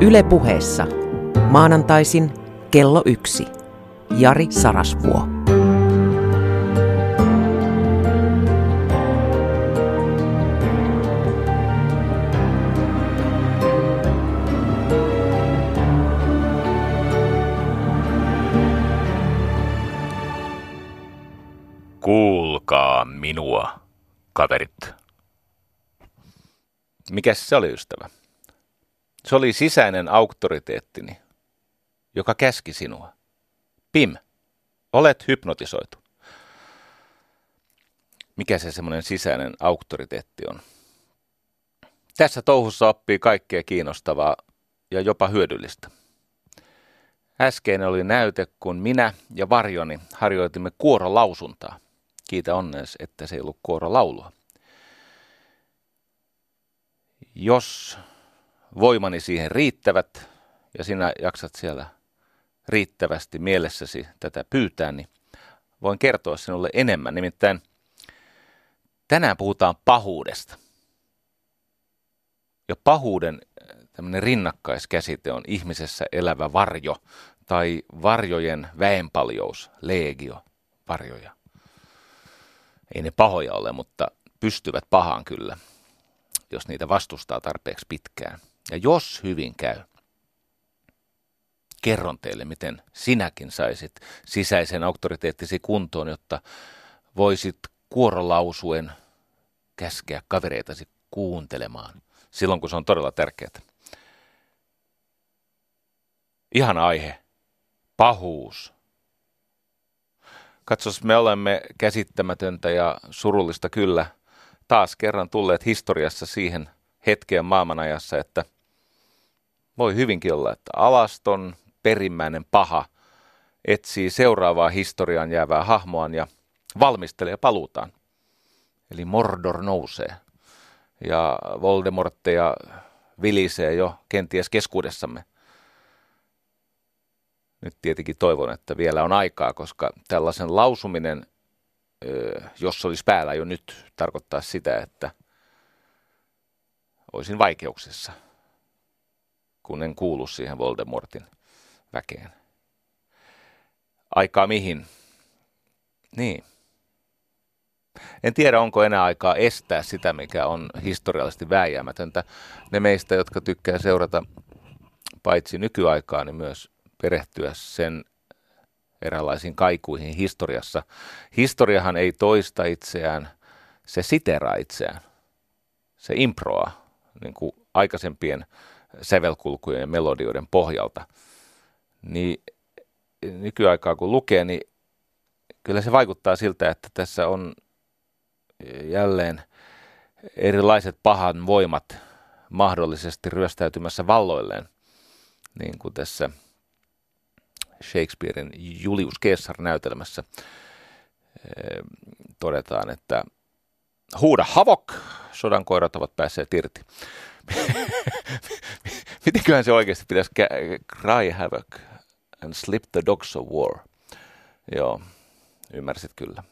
Yle Puheessa. Maanantaisin kello 1. Jari Sarasvuo. Kuulkaa minua, kaverit. Mikäs se oli, ystävä? Se oli sisäinen auktoriteettini, joka käski sinua. Pim, olet hypnotisoitu. Mikä se semmoinen sisäinen auktoriteetti on? Tässä touhussa oppii kaikkea kiinnostavaa ja jopa hyödyllistä. Äskeinen oli näyte, kun minä ja varjoni harjoitimme kuorolausuntaa. Kiitä onnees, että se ei ollut kuorolaulua. Jos voimani siihen riittävät ja sinä jaksat siellä riittävästi mielessäsi tätä pyytää, niin voin kertoa sinulle enemmän. Nimittäin tänään puhutaan pahuudesta. Ja pahuuden tämmöinen rinnakkaiskäsite on ihmisessä elävä varjo tai varjojen väenpaljous, legio, varjoja. Ei ne pahoja ole, mutta pystyvät pahaan kyllä, jos niitä vastustaa tarpeeksi pitkään. Ja jos hyvin käy, kerron teille, miten sinäkin saisit sisäisen auktoriteettisi kuntoon, jotta voisit kuorolausuen käskeä kavereitasi kuuntelemaan, silloin kun se on todella tärkeää. Ihana aihe, pahuus. Katsos, me olemme käsittämätöntä ja surullista kyllä taas kerran tulleet historiassa siihen hetkeen maailmanajassa, että voi hyvinkin olla, että alaston perimmäinen paha etsii seuraavaa historiaan jäävää hahmoaan ja valmistelee paluutaan. Eli Mordor nousee ja Voldemortteja vilisee jo kenties keskuudessamme. Nyt tietenkin toivon, että vielä on aikaa, koska tällaisen lausuminen, jos olisi päällä jo nyt, tarkoittaa sitä, että olisin vaikeuksissa, kun en kuulu siihen Voldemortin väkeen. Aikaa mihin? Niin. En tiedä, onko enää aikaa estää sitä, mikä on historiallisesti vääjäämätöntä. Ne meistä, jotka tykkää seurata paitsi nykyaikaa, niin myös perehtyä sen eräänlaisiin kaikuihin historiassa. Historiahan ei toista itseään, se siteraa itseään. Se improaa niin kuin aikaisempien sävelkulkujen ja melodioiden pohjalta. Niin nykyaikaa kun lukee, niin kyllä se vaikuttaa siltä, että tässä on jälleen erilaiset pahan voimat mahdollisesti ryöstäytymässä valloilleen, niin kuin tässä Shakespearen Julius Caesar-näytelmässä todetaan, että huuda havok, sodan koirat ovat päässeet irti. Mitenköhän se oikeasti pitäisi cry havoc and slip the dogs of war? Joo, ymmärsit kyllä.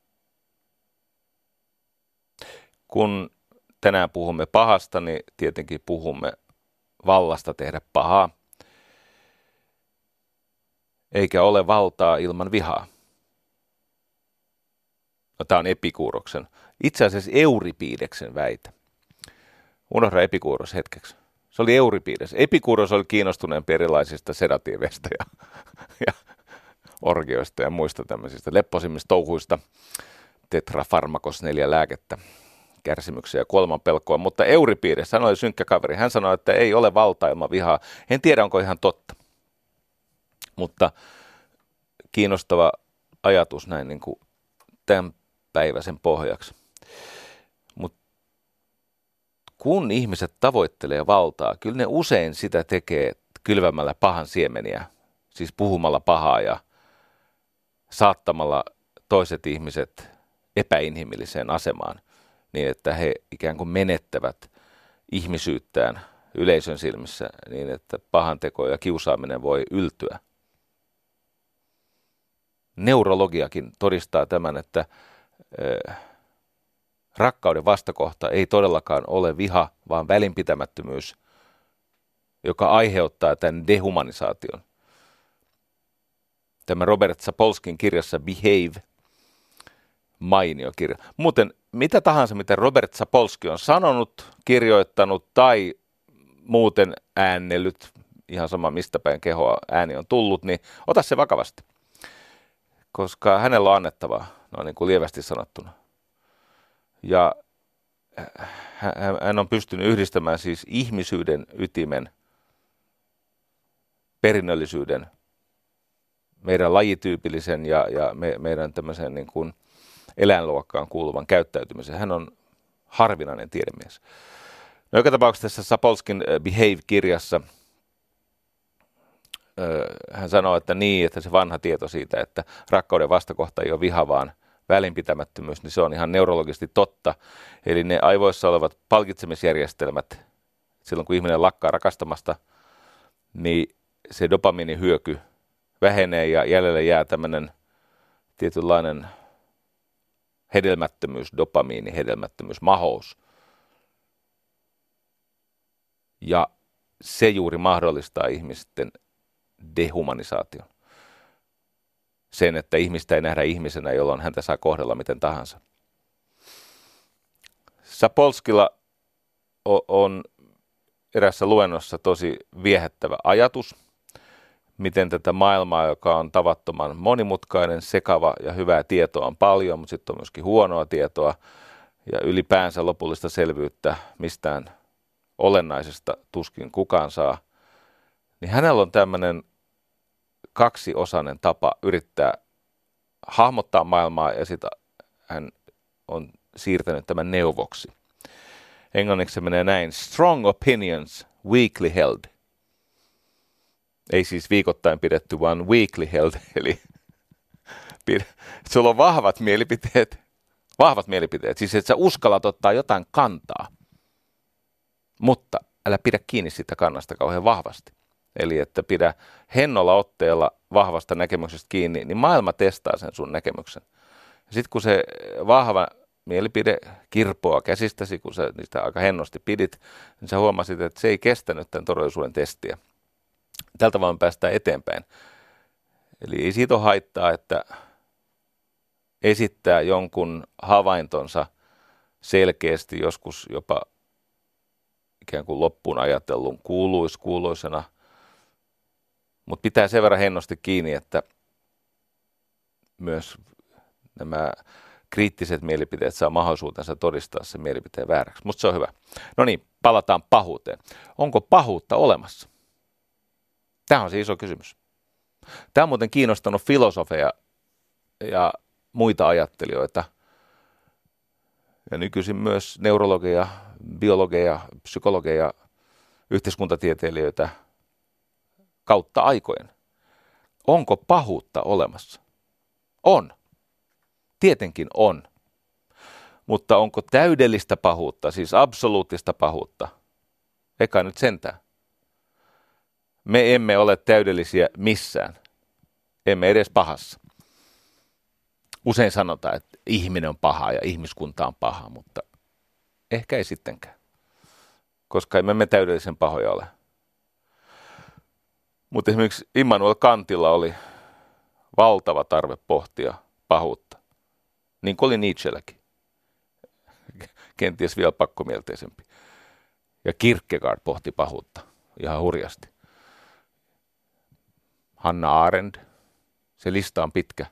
Kun tänään puhumme pahasta, niin tietenkin puhumme vallasta tehdä pahaa. Eikä ole valtaa ilman vihaa. No, tämä on Epikuuroksen, itse asiassa Euripideksen väite. Unohda Epikuuros hetkeksi. Se oli Euripides. Epikuuros oli kiinnostuneempi erilaisista sedatiiveista ja orgioista ja muista tämmöisistä lepposimmista touhuista. Tetrafarmakos 4 lääkettä, kärsimyksiä ja kuoleman pelkoa. Mutta Euripides, hän oli synkkä kaveri. Hän sanoi, että ei ole valtaa ilman vihaa. En tiedä, onko ihan totta. Mutta kiinnostava ajatus näin niin kuin tämän päiväisen pohjaksi. Mutta kun ihmiset tavoittelee valtaa, kyllä ne usein sitä tekee kylvämällä pahan siemeniä, siis puhumalla pahaa ja saattamalla toiset ihmiset epäinhimilliseen asemaan, niin että he ikään kuin menettävät ihmisyyttään yleisön silmissä niin, että pahanteko ja kiusaaminen voi yltyä. Neurologiakin todistaa tämän, että rakkauden vastakohta ei todellakaan ole viha, vaan välinpitämättömyys joka aiheuttaa tämän dehumanisaation. Tämä Robert Sapolskin kirjassa Behave, mainio kirja. Muuten mitä tahansa, mitä Robert Sapolsky on sanonut, kirjoittanut tai muuten äännellyt, ihan sama mistä päin kehoa ääni on tullut, niin ota se vakavasti, koska hänellä on annettavaa, no niin kuin lievästi sanottuna. Ja hän on pystynyt yhdistämään siis ihmisyyden ytimen, perinnöllisyyden, meidän lajityypillisen ja meidän tämmöisen niin kuin eläinluokkaan kuuluvan käyttäytymisen. Hän on harvinainen tiedemies. No, joka tapauksessa tässä Sapolskin Behave-kirjassa hän sanoo, että se vanha tieto siitä, että rakkauden vastakohta ei ole viha, vaan välinpitämättömyys, niin se on ihan neurologisesti totta. Eli ne aivoissa olevat palkitsemisjärjestelmät, silloin kun ihminen lakkaa rakastamasta, niin se dopamiinihyöky vähenee ja jäljelle jää tämmöinen tietynlainen dopamiinihedelmättömyys, mahous. Ja se juuri mahdollistaa ihmisten dehumanisaation. Sen, että ihmistä ei nähdä ihmisenä, jolloin häntä saa kohdella miten tahansa. Sapolskilla on erässä luennossa tosi viehättävä ajatus, miten tätä maailmaa, joka on tavattoman monimutkainen, sekava ja hyvää tietoa on paljon, mutta sitten on myöskin huonoa tietoa ja ylipäänsä lopullista selvyyttä mistään olennaisesta tuskin kukaan saa, niin hänellä on tämmöinen kaksiosainen tapa yrittää hahmottaa maailmaa ja sitten hän on siirtänyt tämän neuvoksi. Englanniksi se menee näin: strong opinions, weakly held. Ei siis viikoittain pidetty, vaan weekly held, eli sulla on vahvat mielipiteet, siis että sä uskallat ottaa jotain kantaa, mutta älä pidä kiinni siitä kannasta kauhean vahvasti. Eli että pidä hennolla otteella vahvasta näkemyksestä kiinni, niin maailma testaa sen sun näkemyksen. Sitten kun se vahva mielipide kirpoaa käsistäsi, kun sä niistä aika hennosti pidit, niin sä huomasit, että se ei kestänyt tämän todellisuuden testiä. Tältä vaan päästään eteenpäin. Eli ei siitä ole haittaa, että esittää jonkun havaintonsa selkeästi, joskus jopa ikään kuin loppuun ajatellun kuuluisena, mutta pitää sen verran hennosti kiinni, että myös nämä kriittiset mielipiteet saa mahdollisuutensa todistaa sen mielipiteen vääräksi. Musta se on hyvä. No niin, palataan pahuuteen. Onko pahuutta olemassa? Tämä on se iso kysymys. Tämä on muuten kiinnostanut filosofeja ja muita ajattelijoita, ja nykyisin myös neurologeja, biologeja, psykologeja, yhteiskuntatieteilijöitä kautta aikojen. Onko pahuutta olemassa? On. Tietenkin on. Mutta onko täydellistä pahuutta, siis absoluuttista pahuutta? Eikä nyt sentään. Me emme ole täydellisiä missään. Emme edes pahassa. Usein sanotaan, että ihminen on paha ja ihmiskunta on paha, mutta ehkä ei sittenkään. Koska emme me täydellisen pahoja ole. Mutta esimerkiksi Immanuel Kantilla oli valtava tarve pohtia pahuutta. Niin kuin oli Nietzschelläkin. Kenties vielä pakkomielteisempi. Ja Kierkegaard pohti pahuutta ihan hurjasti. Hannah Arendt. Se lista on pitkä.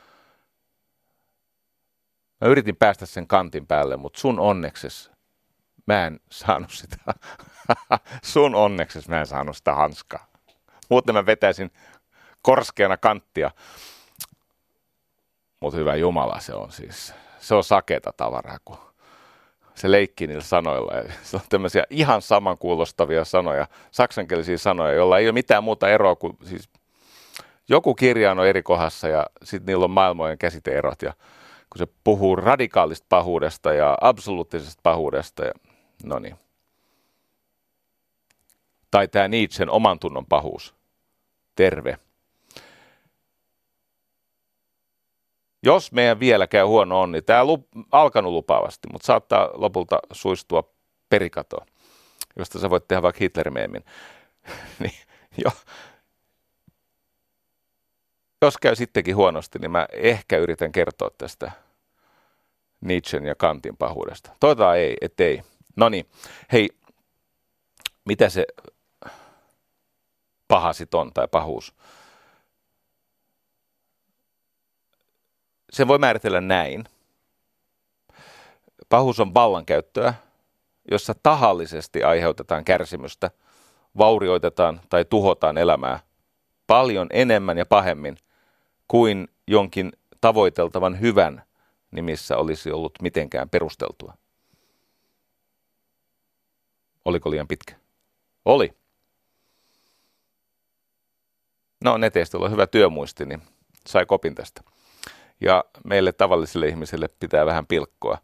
Mä yritin päästä sen Kantin päälle, mutta sun onneksesi mä en saanut sitä. Sun onneksesi mä en saanut sitä hanskaa. Muuten mä vetäisin korskeana Kanttia. Mutta hyvä Jumala se on siis. Se on sakeata tavaraa, kun se leikkii niillä sanoilla. Ja se on tämmöisiä ihan samankuulostavia sanoja, saksankielisiä sanoja, joilla ei ole mitään muuta eroa kuin siis joku kirjain on eri kohdassa ja sitten niillä on maailmojen käsiteerot. Ja kun se puhuu radikaalista pahuudesta ja absoluuttisesta pahuudesta. Ja, no niin. Tai tämä Nietzschen oman tunnon pahuus. Terve. Jos meidän vielä käy huono on, niin tämä on alkanut lupaavasti, mutta saattaa lopulta suistua perikatoon, josta sä voit tehdä vaikka Hitler-meemin. niin, jo. Jos käy sittenkin huonosti, niin mä ehkä yritän kertoa tästä Nietzschen ja Kantin pahuudesta. Toivotaan ei, ettei. No niin, hei, mitä se paha sit on tai pahuus? Sen voi määritellä näin. Pahuus on vallankäyttöä, jossa tahallisesti aiheutetaan kärsimystä, vaurioitetaan tai tuhotaan elämää paljon enemmän ja pahemmin kuin jonkin tavoiteltavan hyvän nimissä olisi ollut mitenkään perusteltua. Oliko liian pitkä? Oli. No, ne teistä, joilla on hyvä työmuisti, niin sai kopin tästä. Ja meille tavallisille ihmisille pitää vähän pilkkoa.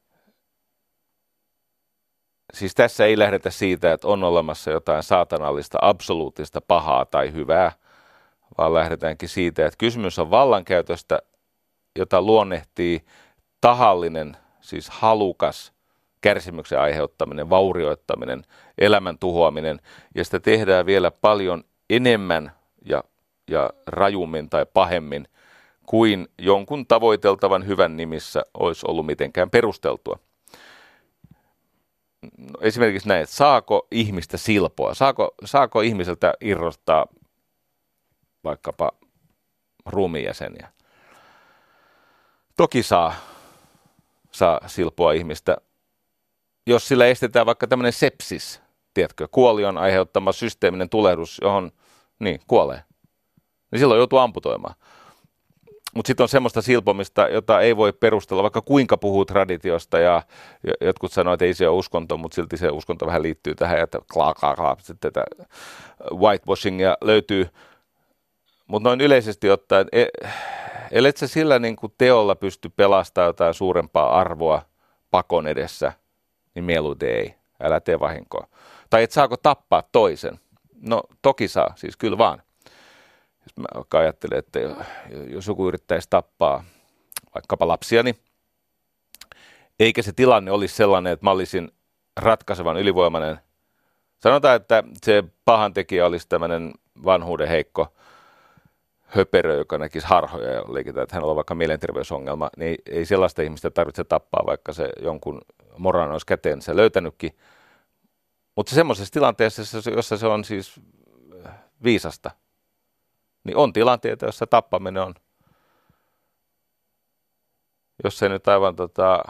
Siis tässä ei lähdetä siitä, että on olemassa jotain saatanallista, absoluuttista pahaa tai hyvää, vaan lähdetäänkin siitä, että kysymys on vallankäytöstä, jota luonnehtii tahallinen, siis halukas kärsimyksen aiheuttaminen, vaurioittaminen, elämän tuhoaminen, ja sitä tehdään vielä paljon enemmän ja rajummin tai pahemmin kuin jonkun tavoiteltavan hyvän nimissä olisi ollut mitenkään perusteltua. No, esimerkiksi näin, että saako ihmistä silpoa, saako ihmiseltä irrottaa vaikkapa ruumiinjäseniä. Toki saa silpoa ihmistä, jos sillä estetään vaikka tämmöinen sepsis, tiedätkö, kuolion aiheuttama systeeminen tulehdus, johon kuolee. Niin silloin joutuu amputoimaan. Mutta sitten on semmoista silpomista, jota ei voi perustella, vaikka kuinka puhuu traditiosta ja jotkut sanoo, että ei se ole uskonto, mutta silti se uskonto vähän liittyy tähän, että sitten tätä whitewashingia löytyy. Mutta noin yleisesti ottaen, ellet sä sillä niin kuin teolla pysty pelastamaan jotain suurempaa arvoa pakon edessä, niin mieluiten ei. Älä tee vahinkoa. Tai et saako tappaa toisen? No toki saa, siis kyllä vaan. Jos mä ajattelen, että jos joku yrittäisi tappaa vaikkapa lapsiani, eikä se tilanne olisi sellainen, että mä olisin ratkaisevan ylivoimainen. Sanotaan, että se pahantekijä olisi tämmöinen vanhuuden heikko höperö, joka näkisi harhoja ja leikitään, että hänellä on vaikka mielenterveysongelma, niin ei sellaista ihmistä tarvitse tappaa, vaikka se jonkun moran olisi käteensä löytänytkin. Mutta semmoisessa tilanteessa, jossa se on siis viisasta, niin on tilanteita, jossa tappaminen on, jos se nyt aivan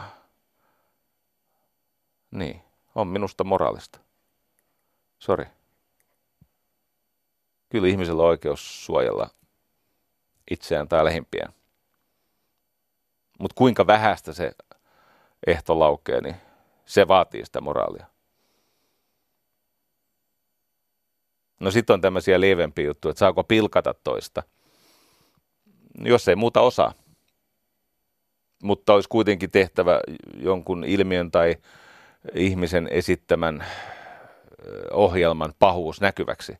on minusta moraalista. Sori. Kyllä ihmisellä on oikeus suojella itseään tai lähimpiään. Mutta kuinka vähäistä se ehto laukee, niin se vaatii sitä moraalia. No sitten on tämmöisiä lievempiä juttuja, että saako pilkata toista. Jos ei muuta osaa. Mutta olisi kuitenkin tehtävä jonkun ilmiön tai ihmisen esittämän ohjelman pahuus näkyväksi.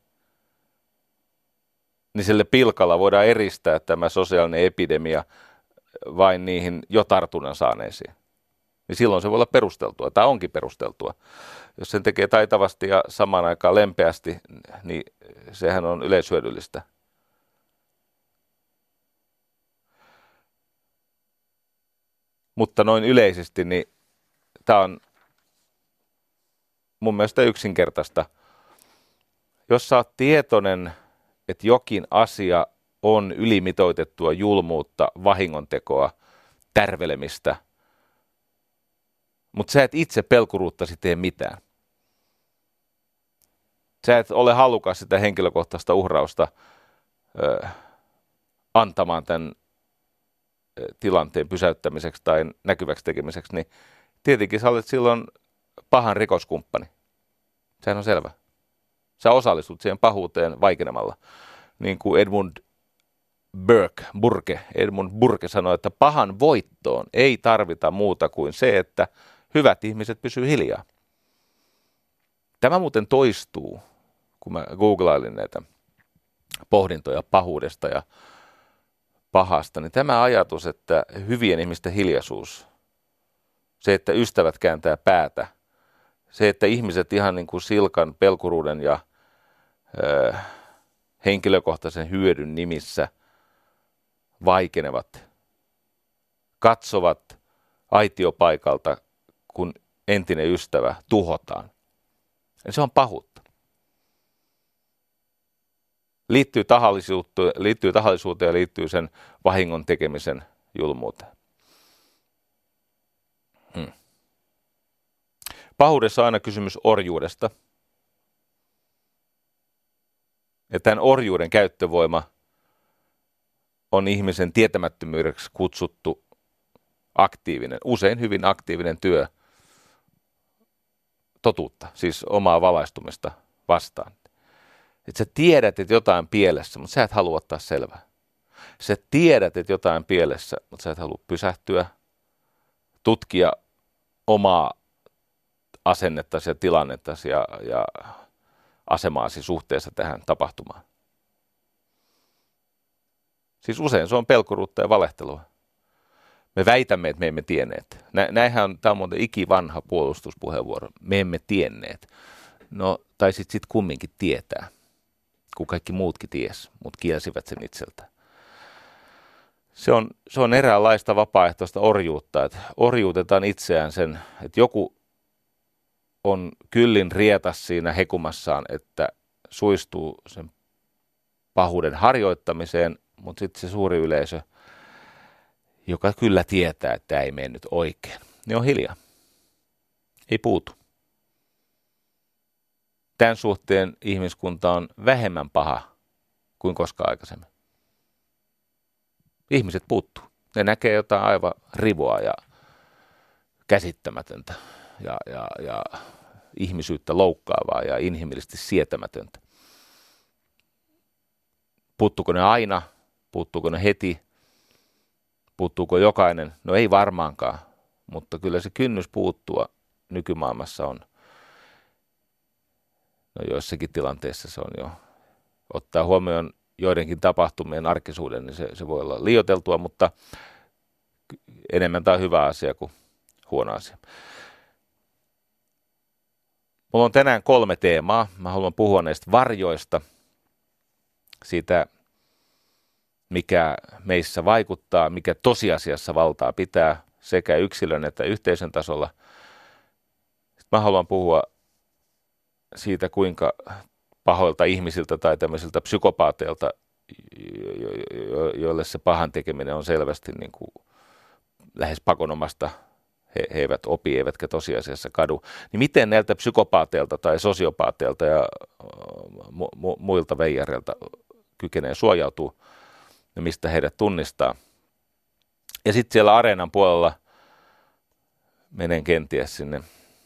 Niin sille pilkalla voidaan eristää tämä sosiaalinen epidemia vain niihin jo tartunnan saaneisiin. Niin silloin se voi olla perusteltua, tai onkin perusteltua. Jos sen tekee taitavasti ja samaan aikaan lempeästi, niin sehän on yleishyödyllistä. Mutta noin yleisesti, niin tämä on mun mielestä yksinkertaista. Jos sä oot tietoinen, että jokin asia on ylimitoitettua julmuutta, vahingontekoa, tärvelemistä, mutta sä et itse pelkuruuttasi tee mitään. Sä et ole halukas sitä henkilökohtaista uhrausta antamaan tämän tilanteen pysäyttämiseksi tai näkyväksi tekemiseksi, niin tietenkin sä olet silloin pahan rikoskumppani. Sehän on selvä. Sä osallistut siihen pahuuteen vaikenemalla. Niin kuin Edmund Burke sanoi, että pahan voittoon ei tarvita muuta kuin se, että hyvät ihmiset pysyy hiljaa. Tämä muuten toistuu, kun mä googlailin näitä pohdintoja pahuudesta ja pahasta, niin tämä ajatus, että hyvien ihmisten hiljaisuus, se, että ystävät kääntää päätä, se, että ihmiset ihan niin kuin silkan, pelkuruuden ja henkilökohtaisen hyödyn nimissä vaikenevat, katsovat aitiopaikalta, kun entinen ystävä tuhotaan. Ja se on pahuutta. Liittyy tahallisuuteen ja liittyy sen vahingon tekemisen julmuuteen. Pahuudessa on aina kysymys orjuudesta. Ja tämän orjuuden käyttövoima on ihmisen tietämättömyydeksi kutsuttu aktiivinen, usein hyvin aktiivinen työ totuutta, siis omaa valaistumista vastaan. Että sä tiedät, että jotain pielessä, mutta sä et halua ottaa selvää. Sä tiedät, että jotain pielessä, mutta sä et halua pysähtyä, tutkia omaa asennettasi ja tilannettasi ja asemaasi suhteessa tähän tapahtumaan. Siis usein se on pelkuruutta ja valehtelua. Me väitämme, että me emme tienneet. Tämä on muuten ikivanha puolustuspuheenvuoro. Me emme tienneet. No, taisit sitten kumminkin tietää, kun kaikki muutkin ties, mutta kielsivät sen itseltään. Se on eräänlaista vapaaehtoista orjuutta, että orjuutetaan itseään sen, että joku on kyllin rietas siinä hekumassaan, että suistuu sen pahuuden harjoittamiseen, mutta sitten se suuri yleisö, joka kyllä tietää, että tämä ei mene nyt oikein, niin on hiljaa. Ei puutu. Tämän suhteen ihmiskunta on vähemmän paha kuin koskaan aikaisemmin. Ihmiset puuttuu. Ne näkee jotain aivan rivoa ja käsittämätöntä ja ihmisyyttä loukkaavaa ja inhimillisesti sietämätöntä. Puuttuuko ne aina? Puuttuuko ne heti? Puuttuuko jokainen? No ei varmaankaan, mutta kyllä se kynnys puuttua nykymaailmassa on, no joissakin tilanteissa se on jo, ottaa huomioon joidenkin tapahtumien arkisuuden, niin se voi olla liioiteltua, mutta enemmän tämä on hyvä asia kuin huono asia. Mulla on tänään 3 teemaa. Mä haluan puhua näistä varjoista, siitä mikä meissä vaikuttaa, mikä tosiasiassa valtaa pitää sekä yksilön että yhteisön tasolla. Sitten mä haluan puhua siitä, kuinka pahoilta ihmisiltä tai tämmöisiltä psykopaateilta, joille se pahan tekeminen on selvästi niin kuin lähes pakonomasta, he eivät opi eivätkä tosiasiassa kadu, niin miten näiltä psykopaateilta tai sosiopaateilta ja muilta veijareilta kykenee suojautua ja mistä heidät tunnistaa. Ja sitten siellä Areenan puolella menen kenties sinne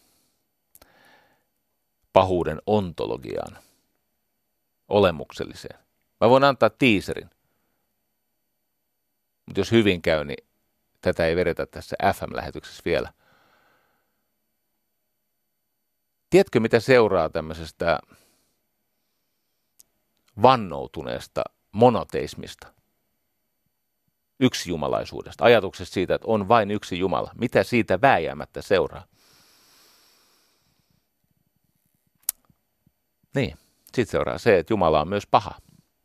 pahuuden ontologiaan, olemukselliseen. Mä voin antaa tiiserin, mutta jos hyvin käy, niin tätä ei vedetä tässä FM-lähetyksessä vielä. Tiedätkö, mitä seuraa tämmöisestä vannoutuneesta monoteismista, yksijumalaisuudesta, ajatuksesta siitä, että on vain yksi Jumala? Mitä siitä vääjäämättä seuraa? Niin, sitten seuraa se, että Jumala on myös paha.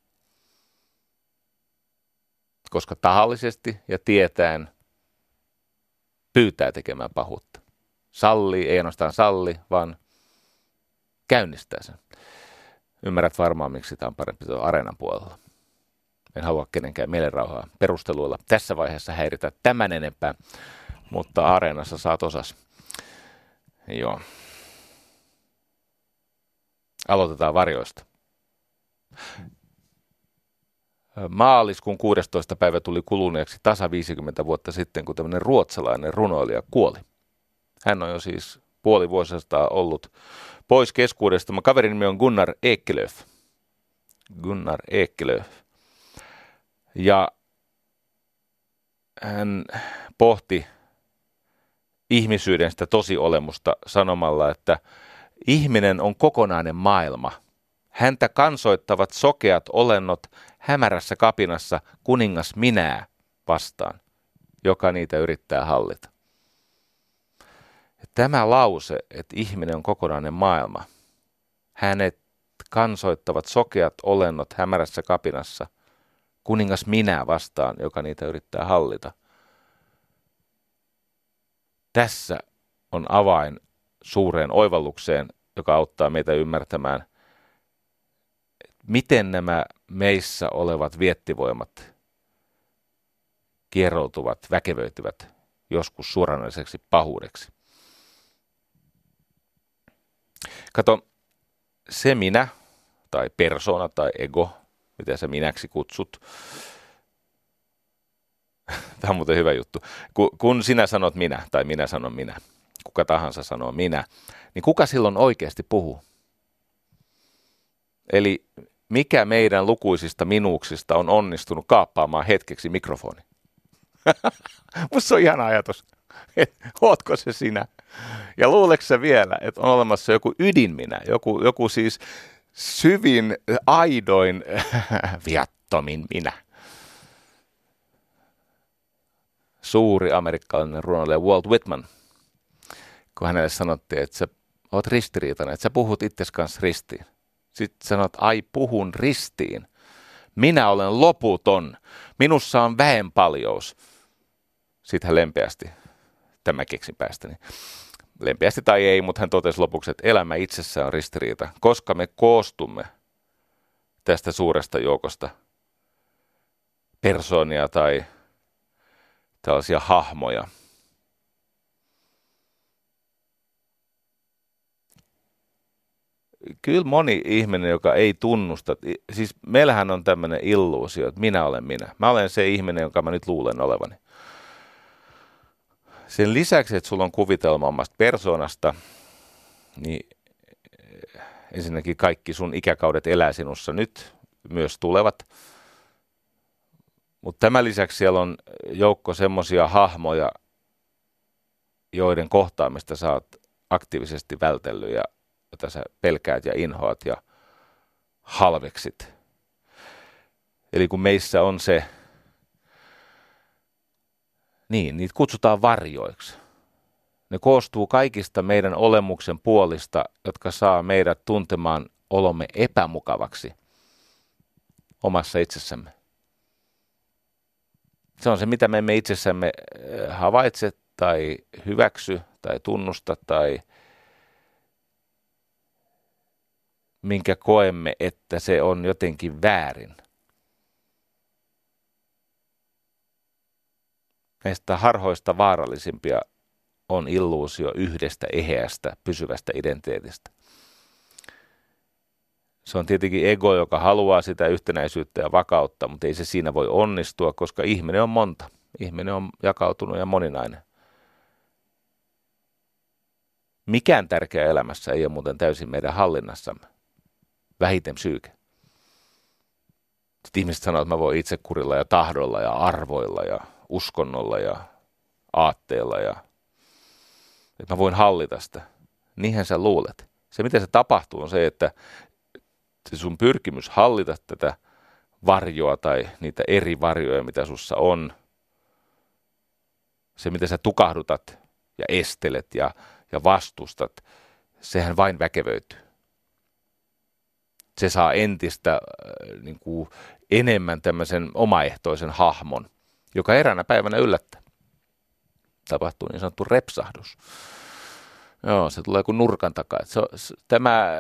Koska tahallisesti ja tietäen pyytää tekemään pahuutta. Sallii, ei ainoastaan salli, vaan käynnistää sen. Ymmärrät varmaan, miksi tämä on parempi Areenan puolella. En halua kenenkään mielenrauhaa perusteluilla tässä vaiheessa häiritä tämän enempää, mutta Areenassa saat osas. Joo. Aloitetaan varjoista. Maaliskuun 16. päivä tuli kuluneeksi tasa 50 vuotta sitten, kun tämmöinen ruotsalainen runoilija kuoli. Hän on jo siis puoli vuosisataa ollut pois keskuudesta. Mun kaverin nimi on Gunnar Ekelöf. Gunnar Ekelöf. Ja hän pohti ihmisyyden sitä tosiolemusta sanomalla, että ihminen on kokonainen maailma. Häntä kansoittavat sokeat olennot hämärässä kapinassa kuningas minää vastaan, joka niitä yrittää hallita. Ja tämä lause, että ihminen on kokonainen maailma, hänet kansoittavat sokeat olennot hämärässä kapinassa, kuningas minä vastaan, joka niitä yrittää hallita. Tässä on avain suureen oivallukseen, joka auttaa meitä ymmärtämään, miten nämä meissä olevat viettivoimat kieroutuvat, väkevöityvät joskus suoranaiseksi pahuudeksi. Kato, se minä, tai persona, tai ego, mitä sä minäksi kutsut. Tämä on muuten hyvä juttu. Kun sinä sanot minä, tai minä sanon minä, kuka tahansa sanoo minä, niin kuka silloin oikeasti puhuu? Eli mikä meidän lukuisista minuuksista on onnistunut kaappaamaan hetkeksi mikrofoni? Musta se on ihana ajatus. Ootko se sinä? Ja luuleeko sä vielä, että on olemassa joku ydinminä, joku siis syvin, aidoin, viattomin minä? Suuri amerikkalainen runoilija Walt Whitman, kun hänelle sanottiin, että sä oot ristiriitainen, että sä puhut itses kanssa ristiin. Sitten sanot, ai puhun ristiin. Minä olen loputon. Minussa on väenpaljous. Sitten hän lempeästi, tämä keksin päästäni. Lempeästi tai ei, mutta hän totesi lopuksi, että elämä itsessään on ristiriita, koska me koostumme tästä suuresta joukosta persoonia tai tällaisia hahmoja. Kyllä moni ihminen, joka ei tunnusta, siis meillähän on tämmöinen illuusio, että minä olen minä. Mä olen se ihminen, jonka mä nyt luulen olevani. Sen lisäksi, että sulla on kuvitelma omasta persoonasta, niin ensinnäkin kaikki sun ikäkaudet elää sinussa nyt, myös tulevat. Mutta tämän lisäksi siellä on joukko semmoisia hahmoja, joiden kohtaamista sä oot aktiivisesti vältellyt ja jota sä pelkäät ja inhoat ja halveksit. Eli kun meissä on se, niin niitä kutsutaan varjoiksi. Ne koostuu kaikista meidän olemuksen puolista, jotka saa meidät tuntemaan olomme epämukavaksi omassa itsessämme. Se on se, mitä me emme itsessämme havaitse tai hyväksy tai tunnusta tai minkä koemme, että se on jotenkin väärin. Näistä harhoista vaarallisimpia on illuusio yhdestä eheästä, pysyvästä identiteetistä. Se on tietenkin ego, joka haluaa sitä yhtenäisyyttä ja vakautta, mutta ei se siinä voi onnistua, koska ihminen on monta. Ihminen on jakautunut ja moninainen. Mikään tärkeä elämässä ei ole muuten täysin meidän hallinnassamme. Vähiten psyyke. Sitten ihmiset sanoo, että mä voin itsekurilla ja tahdolla ja arvoilla ja uskonnolla ja aatteella ja että mä voin hallita sitä. Niinhän sä luulet. Se, mitä se tapahtuu, on se, että se sun pyrkimys hallita tätä varjoa tai niitä eri varjoja, mitä sussa on, se, mitä sä tukahdutat ja estelet ja vastustat, sehän vain väkevöityy. Se saa entistä niin kuin enemmän tämmöisen omaehtoisen hahmon, joka eräänä päivänä yllättää. Tapahtuu niin sanottu repsahdus. Joo, se tulee kuin nurkan takaa. Tämä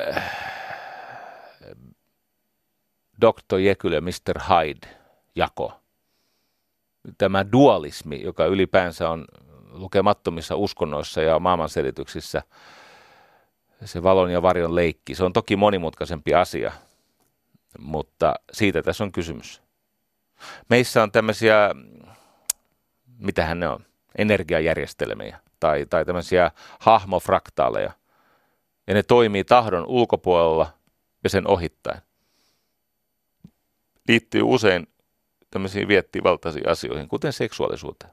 Dr. Jekyll ja Mr. Hyde-jako, tämä dualismi, joka ylipäänsä on lukemattomissa uskonnoissa ja maailmanselityksissä, se valon ja varjon leikki, se on toki monimutkaisempi asia, mutta siitä tässä on kysymys. Meissä on tämmöisiä, mitähän ne on, energiajärjestelmiä tai tämmöisiä hahmofraktaaleja, ja ne toimii tahdon ulkopuolella ja sen ohittaen. Liittyy usein tämmöisiin viettivaltaisiin asioihin, kuten seksuaalisuuteen.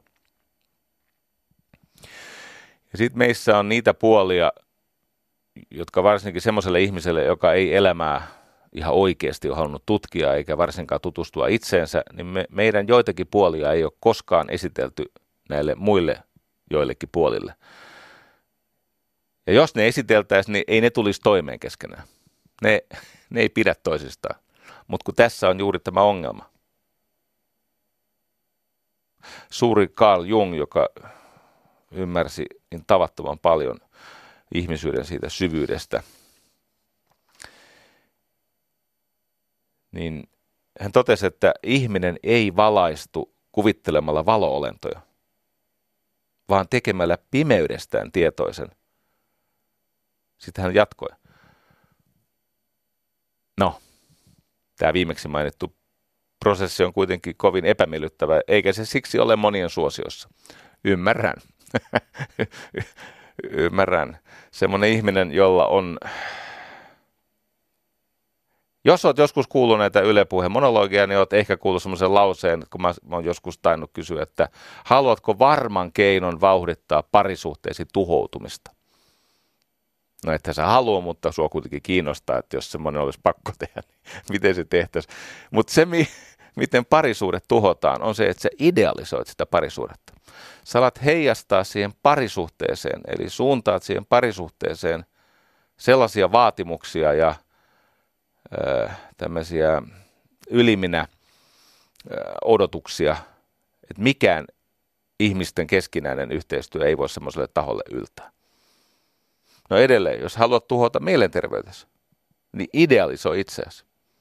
Ja sitten meissä on niitä puolia, jotka varsinkin semmoiselle ihmiselle, joka ei elämää ihan oikeasti ole halunnut tutkia eikä varsinkaan tutustua itseensä, niin meidän joitakin puolia ei ole koskaan esitelty näille muille joillekin puolille. Ja jos ne esiteltäisiin, niin ei ne tulisi toimeen keskenään. Ne ei pidä toisistaan. Mutta kun tässä on juuri tämä ongelma. Suuri Carl Jung, joka ymmärsi niin tavattoman paljon ihmisyyden siitä syvyydestä, niin hän totesi, että ihminen ei valaistu kuvittelemalla valo-olentoja, vaan tekemällä pimeydestään tietoisen. Sitten hän jatkoi. No, tämä viimeksi mainittu prosessi on kuitenkin kovin epämiellyttävä, eikä se siksi ole monien suosiossa. Ymmärrän. Ymmärrän. Semmoinen ihminen, jolla on... Jos olet joskus kuullut näitä Yle Puheen monologia, niin olet ehkä kuullut semmoisen lauseen, kun mä oon joskus tainnut kysyä, että haluatko varman keinon vauhdittaa parisuhteesi tuhoutumista? No ethän sä halua, mutta sua kuitenkin kiinnostaa, että jos semmoinen olisi pakko tehdä, niin miten se tehtäisiin. Mutta se, miten parisuudet tuhotaan, on se, että sä idealisoit sitä parisuudetta. Sä alat heijastaa siihen parisuhteeseen, eli suuntaat siihen parisuhteeseen sellaisia vaatimuksia ja tämmöisiä yliminä odotuksia, että mikään ihmisten keskinäinen yhteistyö ei voi semmoiselle taholle yltää. No edelleen, jos haluat tuhota mielenterveytesi, niin idealisoi itseäsi.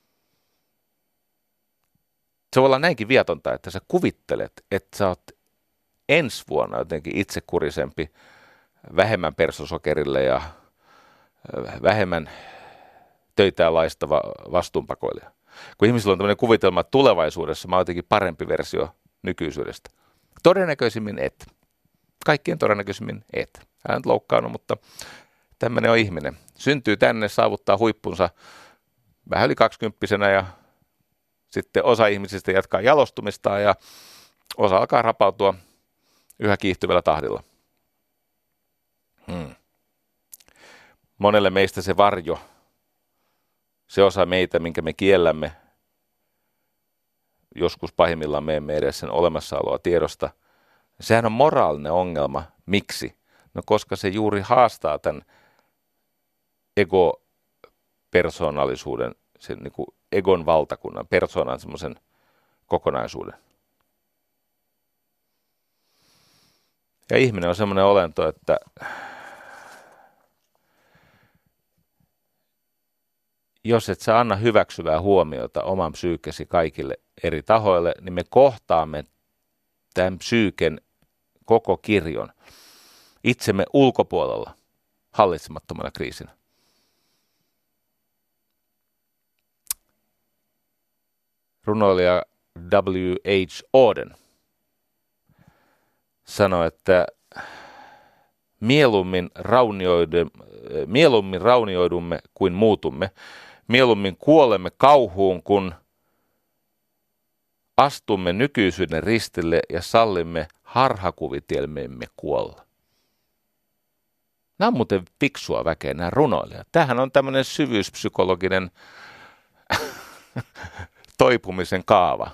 Se voi olla näinkin vietonta, että sä kuvittelet, että sä oot ensi vuonna jotenkin itsekurisempi, vähemmän persosokerille ja vähemmän töitään laistava vastuunpakoilija. Kun ihmisillä on tämmöinen kuvitelma, että tulevaisuudessa mä oon jotenkin parempi versio nykyisyydestä. Todennäköisimmin et. Kaikkien todennäköisimmin et. Hän on loukkaanut, mutta tämmöinen on ihminen. Syntyy tänne, saavuttaa huippunsa vähän yli 20-vuotiaana ja sitten osa ihmisistä jatkaa jalostumistaan ja osa alkaa rapautua yhä kiihtyvällä tahdilla. Monelle meistä se varjo, se osa meitä, minkä me kiellämme, joskus pahimmillaan me emme edes sen olemassaoloa tiedosta, sehän on moraalinen ongelma. Miksi? No koska se juuri haastaa tämän ego-persoonallisuuden, sen niin kuin egon valtakunnan, persoonan semmoisen kokonaisuuden. Ja ihminen on semmoinen olento, että jos et sä anna hyväksyvää huomiota oman psyykkesi kaikille eri tahoille, niin me kohtaamme tämän psyyken koko kirjon itsemme ulkopuolella hallitsemattomana kriisinä. Runoilija W.H. Auden sanoi, että mieluummin raunioidumme kuin muutumme, mieluummin kuolemme kauhuun, kun astumme nykyisyyden ristille ja sallimme harhakuvitelmiemme kuolla. Nämä on muuten fiksua väkeä, nämä runoilijat. Tämähän on tämmöinen syvyyspsykologinen toipumisen kaava.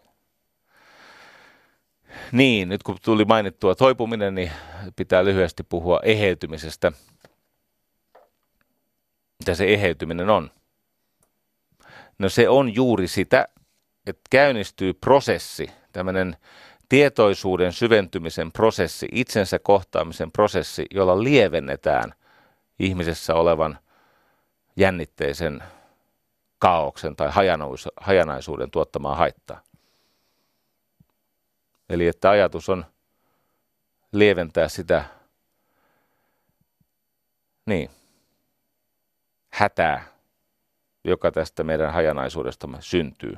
Niin, nyt kun tuli mainittua toipuminen, niin pitää lyhyesti puhua eheytymisestä. Mitä se eheytyminen on? No se on juuri sitä, että käynnistyy prosessi, tämmöinen tietoisuuden syventymisen prosessi, itsensä kohtaamisen prosessi, jolla lievennetään ihmisessä olevan jännitteisen kaaoksen tai hajanaisuuden tuottamaa haittaa. Eli että ajatus on lieventää sitä hätää, joka tästä meidän hajanaisuudestamme syntyy.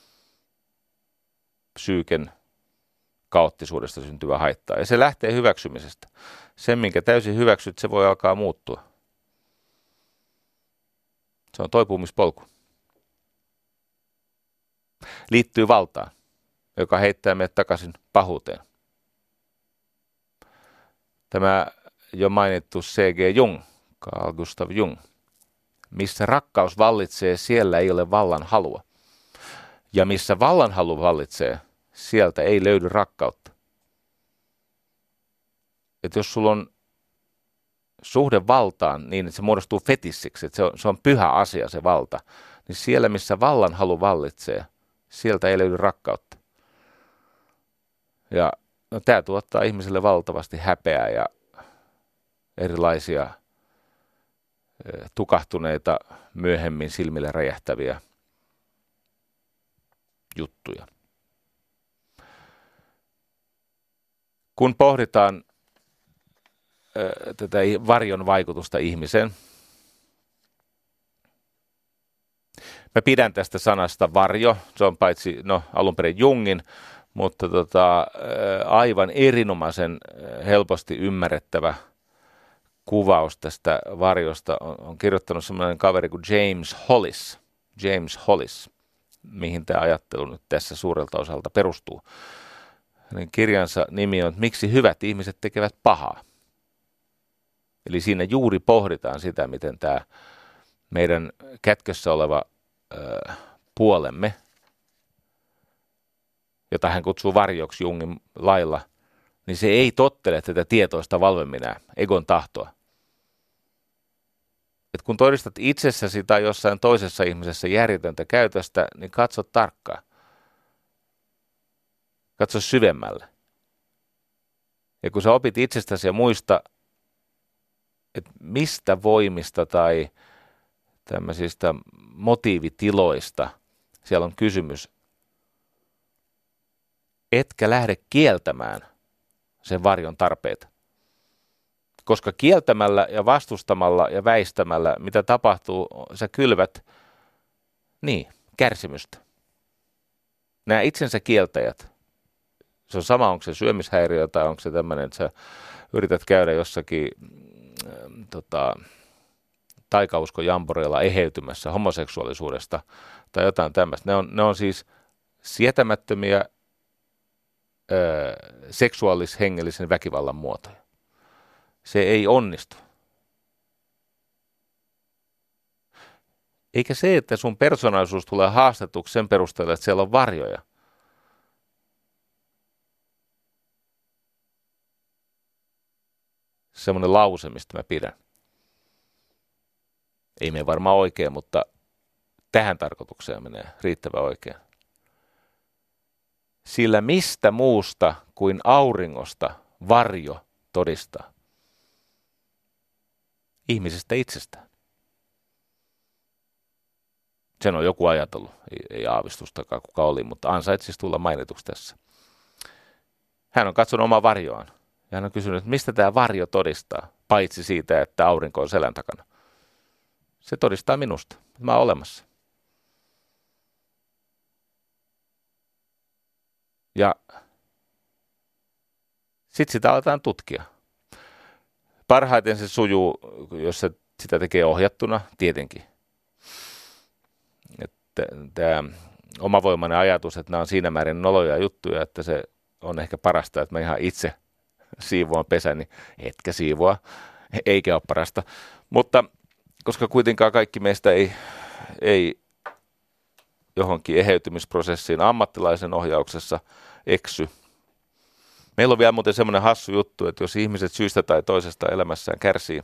Psyyken kaoottisuudesta syntyvä haittaa. Ja se lähtee hyväksymisestä. Sen, minkä täysin hyväksyt, se voi alkaa muuttua. Se on toipumispolku. Liittyy valtaan, joka heittää meidät takaisin pahuuteen. Tämä jo mainittu C.G. Jung, Carl Gustav Jung. Missä rakkaus vallitsee, siellä ei ole vallan halua. Ja missä vallan halu vallitsee, sieltä ei löydy rakkautta. Et jos sulla on suhde valtaan niin, että se muodostuu fetissiksi, että se on pyhä asia se valta, niin siellä, missä vallan halu vallitsee, sieltä ei löydy rakkautta. Ja no, tämä tuottaa ihmiselle valtavasti häpeää ja erilaisia tukahtuneita, myöhemmin silmille räjähtäviä juttuja. Kun pohditaan tätä varjon vaikutusta ihmiseen, mä pidän tästä sanasta varjo, se on paitsi alun perin Jungin, mutta aivan erinomaisen helposti ymmärrettävä kuvaus tästä varjosta on kirjoittanut semmoinen kaveri kuin James Hollis, mihin tämä ajattelu nyt tässä suurelta osalta perustuu. Hänen kirjansa nimi on Miksi hyvät ihmiset tekevät pahaa. Eli siinä juuri pohditaan sitä, miten tämä meidän kätkössä oleva puolemme, jota hän kutsuu varjoksi Jungin lailla, niin se ei tottele tätä tietoista valveminää, egon tahtoa. Et kun todistat itsessäsi tai jossain toisessa ihmisessä järjetöntä käytöstä, niin katso tarkkaan. Katso syvemmälle. Ja kun sä opit itsestäsi ja muista, että mistä voimista tai tämmöisistä motiivitiloista siellä on kysymys, etkä lähde kieltämään sen varjon tarpeita. Koska kieltämällä ja vastustamalla ja väistämällä, mitä tapahtuu, sä kylvät, kärsimystä. Nämä itsensä kieltäjät, se on sama, onko se syömishäiriö tai onko se tämmöinen, että sä yrität käydä jossakin taikauskojamboreilla eheytymässä homoseksuaalisuudesta tai jotain tämmöistä. Ne on siis sietämättömiä seksuaalis-hengellisen väkivallan muotoja. Se ei onnistu. Eikä se, että sun persoonallisuus tulee haastetuksi sen perusteella, että siellä on varjoja. Semmoinen lause, mistä mä pidän. Ei mene varmaan oikein, mutta tähän tarkoitukseen menee riittävän oikein. Sillä mistä muusta kuin auringosta varjo todistaa? Ihmisestä itsestään. Sen on joku ajatellut, ei aavistustakaan kuka oli, mutta ansaitsisi tulla mainituksi tässä. Hän on katsonut omaa varjoaan ja hän on kysynyt, että mistä tämä varjo todistaa, paitsi siitä, että aurinko on selän takana. Se todistaa minusta, että mä oon olemassa. Ja sitten sitä aletaan tutkia. Parhaiten se sujuu, jos se sitä tekee ohjattuna, tietenkin. Tämä omavoimainen ajatus, että nämä on siinä määrin noloja juttuja, että se on ehkä parasta, että mä ihan itse siivoan pesän, niin etkä siivoa, eikä ole parasta. Mutta koska kuitenkaan kaikki meistä ei johonkin eheytymisprosessiin ammattilaisen ohjauksessa eksy. Meillä on vielä muuten semmoinen hassu juttu, että jos ihmiset syystä tai toisesta elämässään kärsii,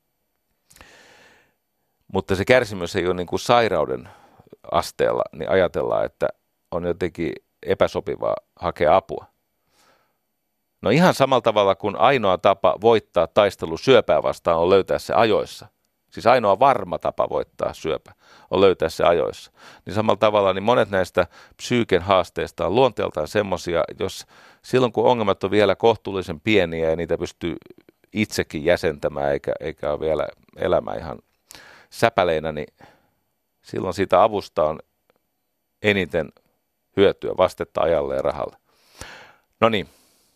mutta se kärsimys ei ole niin kuin sairauden asteella, niin ajatellaan, että on jotenkin epäsopivaa hakea apua. No ihan samalla tavalla kuin ainoa tapa voittaa taistelu syöpää vastaan on löytää se ajoissa. Siis ainoa varma tapa voittaa syöpä on löytää se ajoissa. Niin samalla tavalla niin monet näistä psyyken haasteista on luonteeltaan semmoisia, jos silloin kun ongelmat on vielä kohtuullisen pieniä ja niitä pystyy itsekin jäsentämään eikä ole vielä elämä ihan säpäleinä, niin silloin siitä avusta on eniten hyötyä, vastetta ajalle ja rahalle. No niin,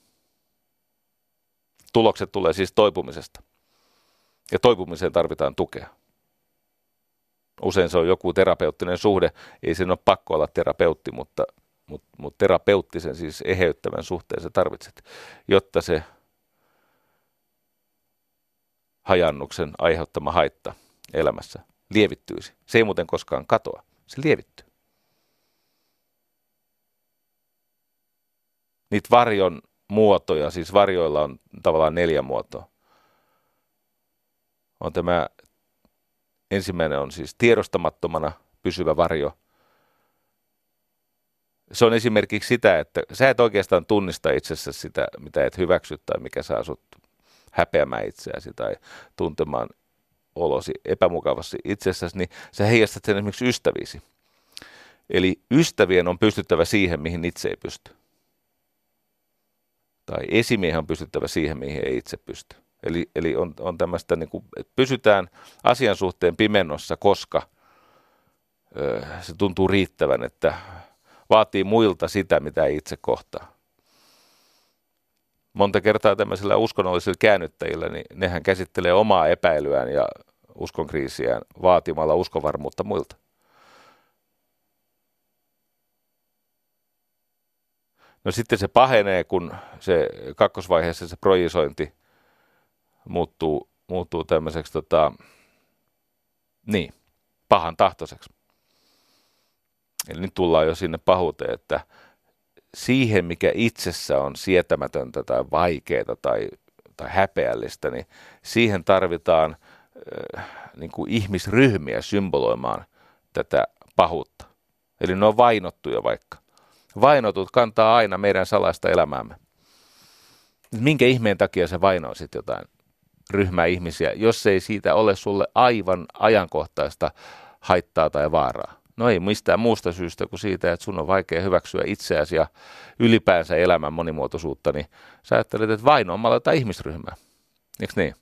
tulokset tulee siis toipumisesta. Ja toipumiseen tarvitaan tukea. Usein se on joku terapeuttinen suhde. Ei sen ole pakko olla terapeutti, mutta terapeuttisen, siis eheyttävän suhteen sä tarvitset, jotta se hajannuksen aiheuttama haitta elämässä lievittyisi. Se ei muuten koskaan katoa. Se lievittyy. Niitä varjon muotoja, siis varjoilla on tavallaan 4 muotoa. on tämä ensimmäinen on siis tiedostamattomana pysyvä varjo. Se on esimerkiksi sitä, että sä et oikeastaan tunnista itsessäsi sitä, mitä et hyväksy tai mikä saa sut häpeämään itseäsi tai tuntemaan olosi epämukavasti itsessäsi, niin sä heijastat sen esimerkiksi ystäviisi. Eli ystävien on pystyttävä siihen, mihin itse ei pysty. Tai esimiehen on pystyttävä siihen, mihin ei itse pysty. Eli on tämmöistä, niin kuin, että pysytään asian suhteen pimennossa, koska se tuntuu riittävän, että vaatii muilta sitä, mitä ei itse kohtaa. Monta kertaa tämmöisillä uskonnollisilla käännyttäjillä, niin nehän käsittelee omaa epäilyään ja uskonkriisiään vaatimalla uskonvarmuutta muilta. No sitten se pahenee, kun se kakkosvaiheessa se projisointi muuttuu tämmöiseksi pahan tahtoiseksi. Eli nyt tullaan jo sinne pahuuteen, että siihen, mikä itsessä on sietämätöntä tai vaikeaa tai häpeällistä, niin siihen tarvitaan niin kuin ihmisryhmiä symboloimaan tätä pahuutta. Eli ne on vainottuja vaikka. Vainotut kantaa aina meidän salaista elämäämme. Minkä ihmeen takia se vainoo sitten jotain ryhmää ihmisiä, jos ei siitä ole sulle aivan ajankohtaista haittaa tai vaaraa? No ei mistään muusta syystä kuin siitä, että sun on vaikea hyväksyä itseäsi ja ylipäänsä elämän monimuotoisuutta, niin sä ajattelet, että vainoamalla jotain ihmisryhmää. Eikö niin?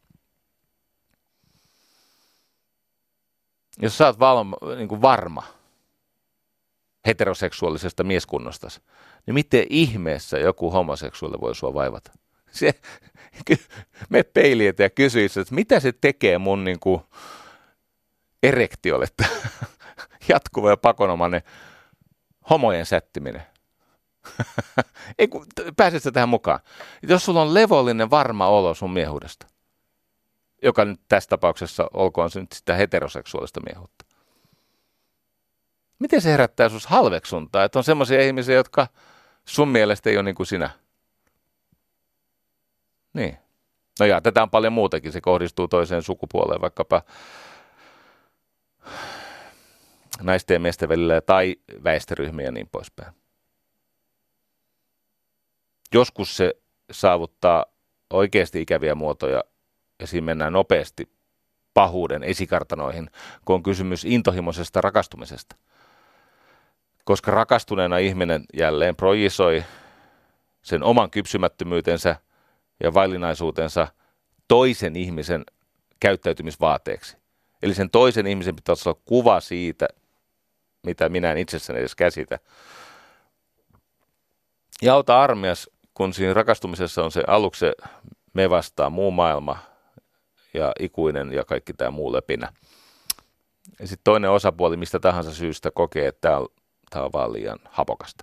Jos sä oot niin varma heteroseksuaalisesta mieskunnostasi, niin miten ihmeessä joku homoseksuaali voi sua vaivata? Me peiliin eteen ja kysyi, että mitä se tekee mun niin kuin erektiolle, jatkuva ja pakonomainen homojen sättiminen. Pääset sä tähän mukaan? Jos sulla on levollinen varma olo sun miehuudesta, joka nyt tässä tapauksessa olkoon se nyt sitä heteroseksuaalista miehuutta. Miten se herättää sus halveksuntaa, että on semmoisia ihmisiä, jotka sun mielestä ei ole niin kuin sinä? Niin. No ja tätä on paljon muutakin. Se kohdistuu toiseen sukupuoleen, vaikkapa naisten ja miesten välillä tai väestöryhmiä ja niin poispäin. Joskus se saavuttaa oikeasti ikäviä muotoja ja siinä mennään nopeasti pahuuden esikartanoihin, kun on kysymys intohimoisesta rakastumisesta. Koska rakastuneena ihminen jälleen projisoi sen oman kypsymättömyytensä ja vaillinaisuutensa toisen ihmisen käyttäytymisvaateeksi. Eli sen toisen ihmisen pitäisi olla kuva siitä, mitä minä en itsessäni edes käsitä. Ja auta armias, kun siinä rakastumisessa on se aluksi se me vastaan muu maailma ja ikuinen ja kaikki tämä muu lepinä. Ja sitten toinen osapuoli mistä tahansa syystä kokee, että tämä on vaan liian hapokasta.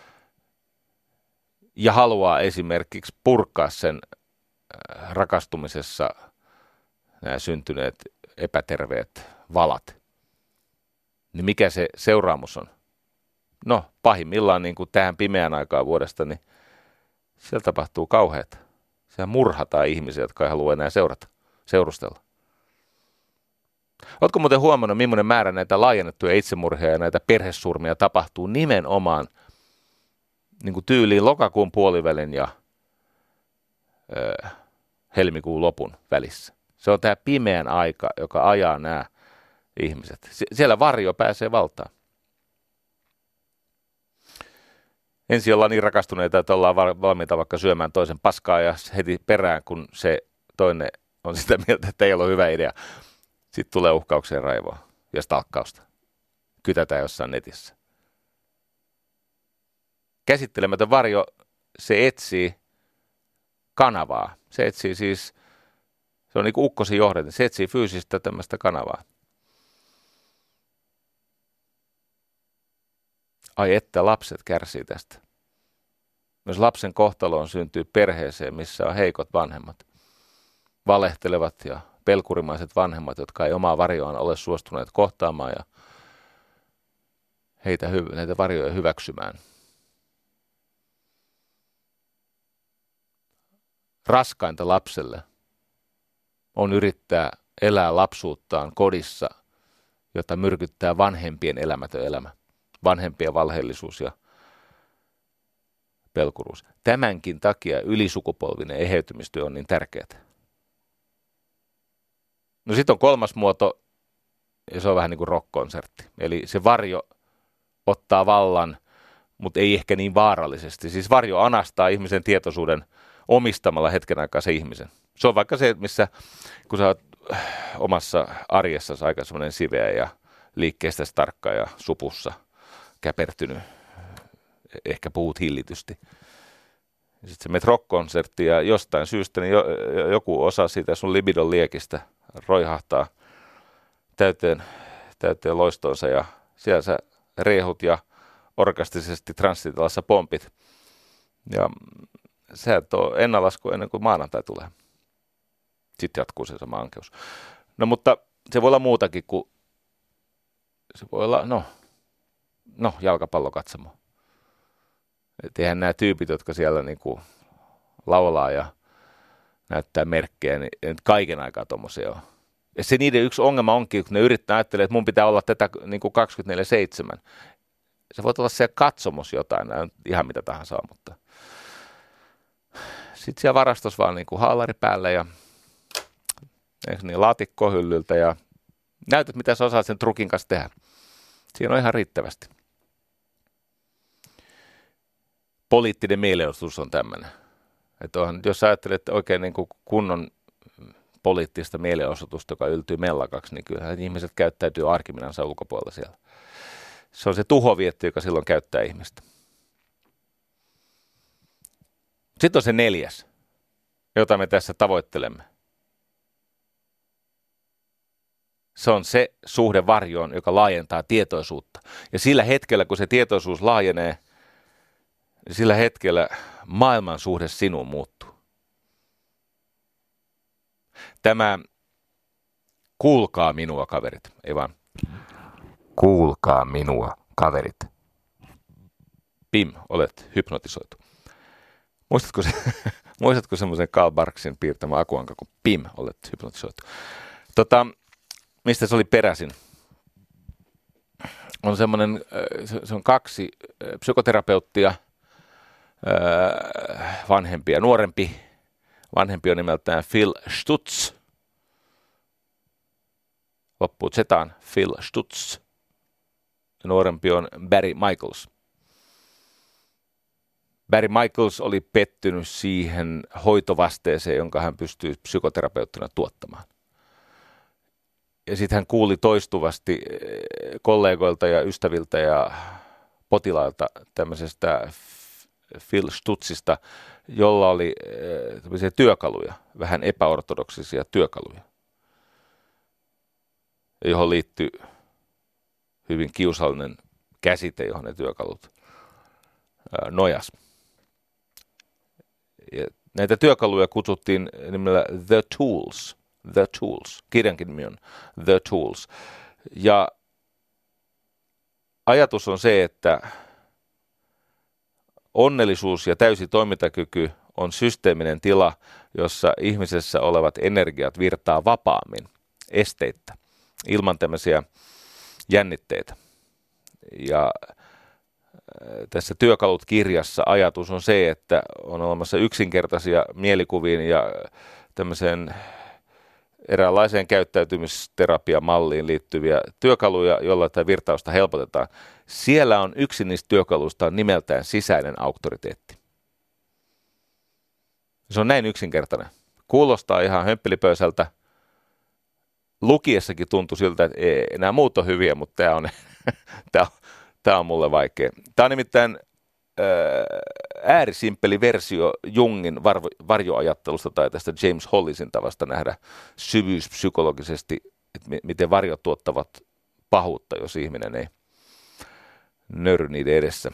Ja haluaa esimerkiksi purkaa sen rakastumisessa nämä syntyneet epäterveet valat. Niin mikä se seuraamus on? No pahimmillaan niin kuin tähän pimeään aikaan vuodesta, niin siellä tapahtuu kauheata. Siellä murhataan ihmisiä, jotka ei halua enää seurustella. Oletko muuten huomannut, millainen määrä näitä laajennettuja itsemurhia ja näitä perhesurmia tapahtuu nimenomaan niin kuin tyyliin lokakuun puolivälin ja helmikuun lopun välissä. Se on tämä pimeän aika, joka ajaa nämä ihmiset. Siellä varjo pääsee valtaan. Ensin ollaan niin rakastuneita, että ollaan valmiita vaikka syömään toisen paskaa ja heti perään, kun se toinen on sitä mieltä, että ei ole hyvä idea. Sitten tulee uhkaukseen raivoa ja stalkkausta. Kytätään jossain netissä. Käsittelemätön varjo, se etsii kanavaa. Se etsii siis, se on niin kuin ukkosi johdatin, se etsii fyysistä tämmöistä kanavaa. Ai että lapset kärsii tästä. Myös lapsen kohtaloon syntyy perheeseen, missä on heikot vanhemmat. Valehtelevat ja pelkurimaiset vanhemmat, jotka ei omaa varjoaan ole suostuneet kohtaamaan ja näitä varjoja hyväksymään. Raskainta lapselle on yrittää elää lapsuuttaan kodissa, jota myrkyttää vanhempien elämätön elämä, vanhempien valheellisuus ja pelkuruus. Tämänkin takia ylisukupolvinen eheytymistyö on niin tärkeää. No sitten on kolmas muoto, ja se on vähän niin kuin rock-konsertti. Eli se varjo ottaa vallan, mutta ei ehkä niin vaarallisesti. Siis varjo anastaa ihmisen tietoisuuden omistamalla hetken aikaa se ihmisen. Se on vaikka se, missä kun sä oot omassa arjessasi aika semmoinen siveä ja liikkeestä tarkka ja supussa käpertynyt, ehkä puhut hillitysti. Sitten se menet rock-konsertti ja jostain syystä niin joku osa siitä sun libidon liekistä roihahtaa täyteen loistonsa ja siellä sä riehut ja orkastisesti transsitilassa pompit. Ja sä et ole ennallasku ennen kuin maanantai tulee. Sitten jatkuu se sama ankeus. No mutta se voi olla muutakin kuin, se voi olla, jalkapallokatsomo. Et eihän nämä tyypit, jotka siellä niinku laulaa ja näyttää merkkejä, niin kaiken aikaa tommosia on. Ja se niiden yksi ongelma onkin, kun ne yrittää ajatella, että mun pitää olla tätä niinku 24/7. Se voi olla siellä katsomos jotain, ihan mitä tahansa on, mutta sitten siellä varastossa vaan niinku haalari päällä ja niin laatikkohyllyltä ja näytät, mitä sä osaat sen trukin kanssa tehdä. Siinä on ihan riittävästi. Poliittinen mielenosoitus on tämmöinen. Että jos sä ajattelet oikein niin kuin kunnon poliittista mielenosoitusta, joka yltyy mellakaksi, niin kyllähän ihmiset käyttäytyy arkiminansa ulkopuolella siellä. Se on se tuhovietti, joka silloin käyttää ihmistä. Sitten on se neljäs, jota me tässä tavoittelemme. Se on se suhde varjoon, joka laajentaa tietoisuutta. Ja sillä hetkellä, kun se tietoisuus laajenee, sillä hetkellä maailman suhde sinuun muuttuu. Tämä kuulkaa minua, kaverit. Ei vaan kuulkaa minua, kaverit. Pim, olet hypnotisoitu. Muistatko semmoisen Karl Barksin piirtämä akuanka, kun Pim, olet hypnotisoitu? Mistä se oli peräisin? On semmoinen, se on 2 psykoterapeuttia, vanhempi ja nuorempi. Vanhempi on nimeltään Phil Stutz. Loppuu zetaan, Phil Stutz. Ja nuorempi on Barry Michaels. Barry Michaels oli pettynyt siihen hoitovasteeseen, jonka hän pystyy psykoterapeuttina tuottamaan. Ja sitten hän kuuli toistuvasti kollegoilta ja ystäviltä ja potilailta tämmöisestä Phil Stutzista, jolla oli tämmöisiä työkaluja, vähän epäortodoksisia työkaluja, johon liittyy hyvin kiusallinen käsite, johon ne työkalut nojas. Ja näitä työkaluja kutsuttiin nimellä The Tools. The Tools. Kirjankin nimi on The Tools. Ja ajatus on se, että onnellisuus ja täysi toimintakyky on systeeminen tila, jossa ihmisessä olevat energiat virtaa vapaammin, esteittä, ilman tämmöisiä jännitteitä. Ja tässä Työkalut-kirjassa ajatus on se, että on olemassa yksinkertaisia mielikuviin ja tämmöiseen eräänlaiseen käyttäytymisterapiamalliin liittyviä työkaluja, joilla tätä virtausta helpotetaan. Siellä on yksi niistä työkaluista nimeltään sisäinen auktoriteetti. Se on näin yksinkertainen. Kuulostaa ihan hömppelipöysältä. Lukiessakin tuntui siltä, että nämä muut on hyviä, mutta tämä on mulle vaikea. Tämä on nimittäin äärisimppeli versio Jungin varjoajattelusta tai tästä James Hollisin tavasta nähdä syvyyspsykologisesti, että miten varjot tuottavat pahuutta, jos ihminen ei nörry niiden edessä.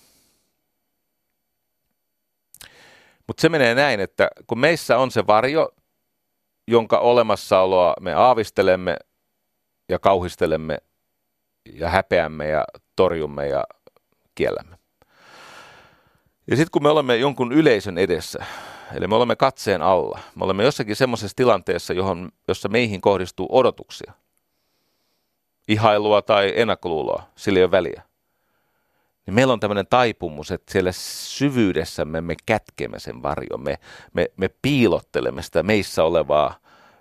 Mutta se menee näin, että kun meissä on se varjo, jonka olemassaoloa me aavistelemme ja kauhistelemme ja häpeämme ja torjumme ja kiellämme. Ja sitten kun me olemme jonkun yleisön edessä, Eli me olemme katseen alla. Me olemme jossakin semmoisessa tilanteessa, jossa meihin kohdistuu odotuksia. Ihailua tai ennakkoluuloa, sillä ei ole väliä. Niin meillä on tämmöinen taipumus, että siellä syvyydessämme me kätkemme sen varjon. Me piilottelemme sitä meissä olevaa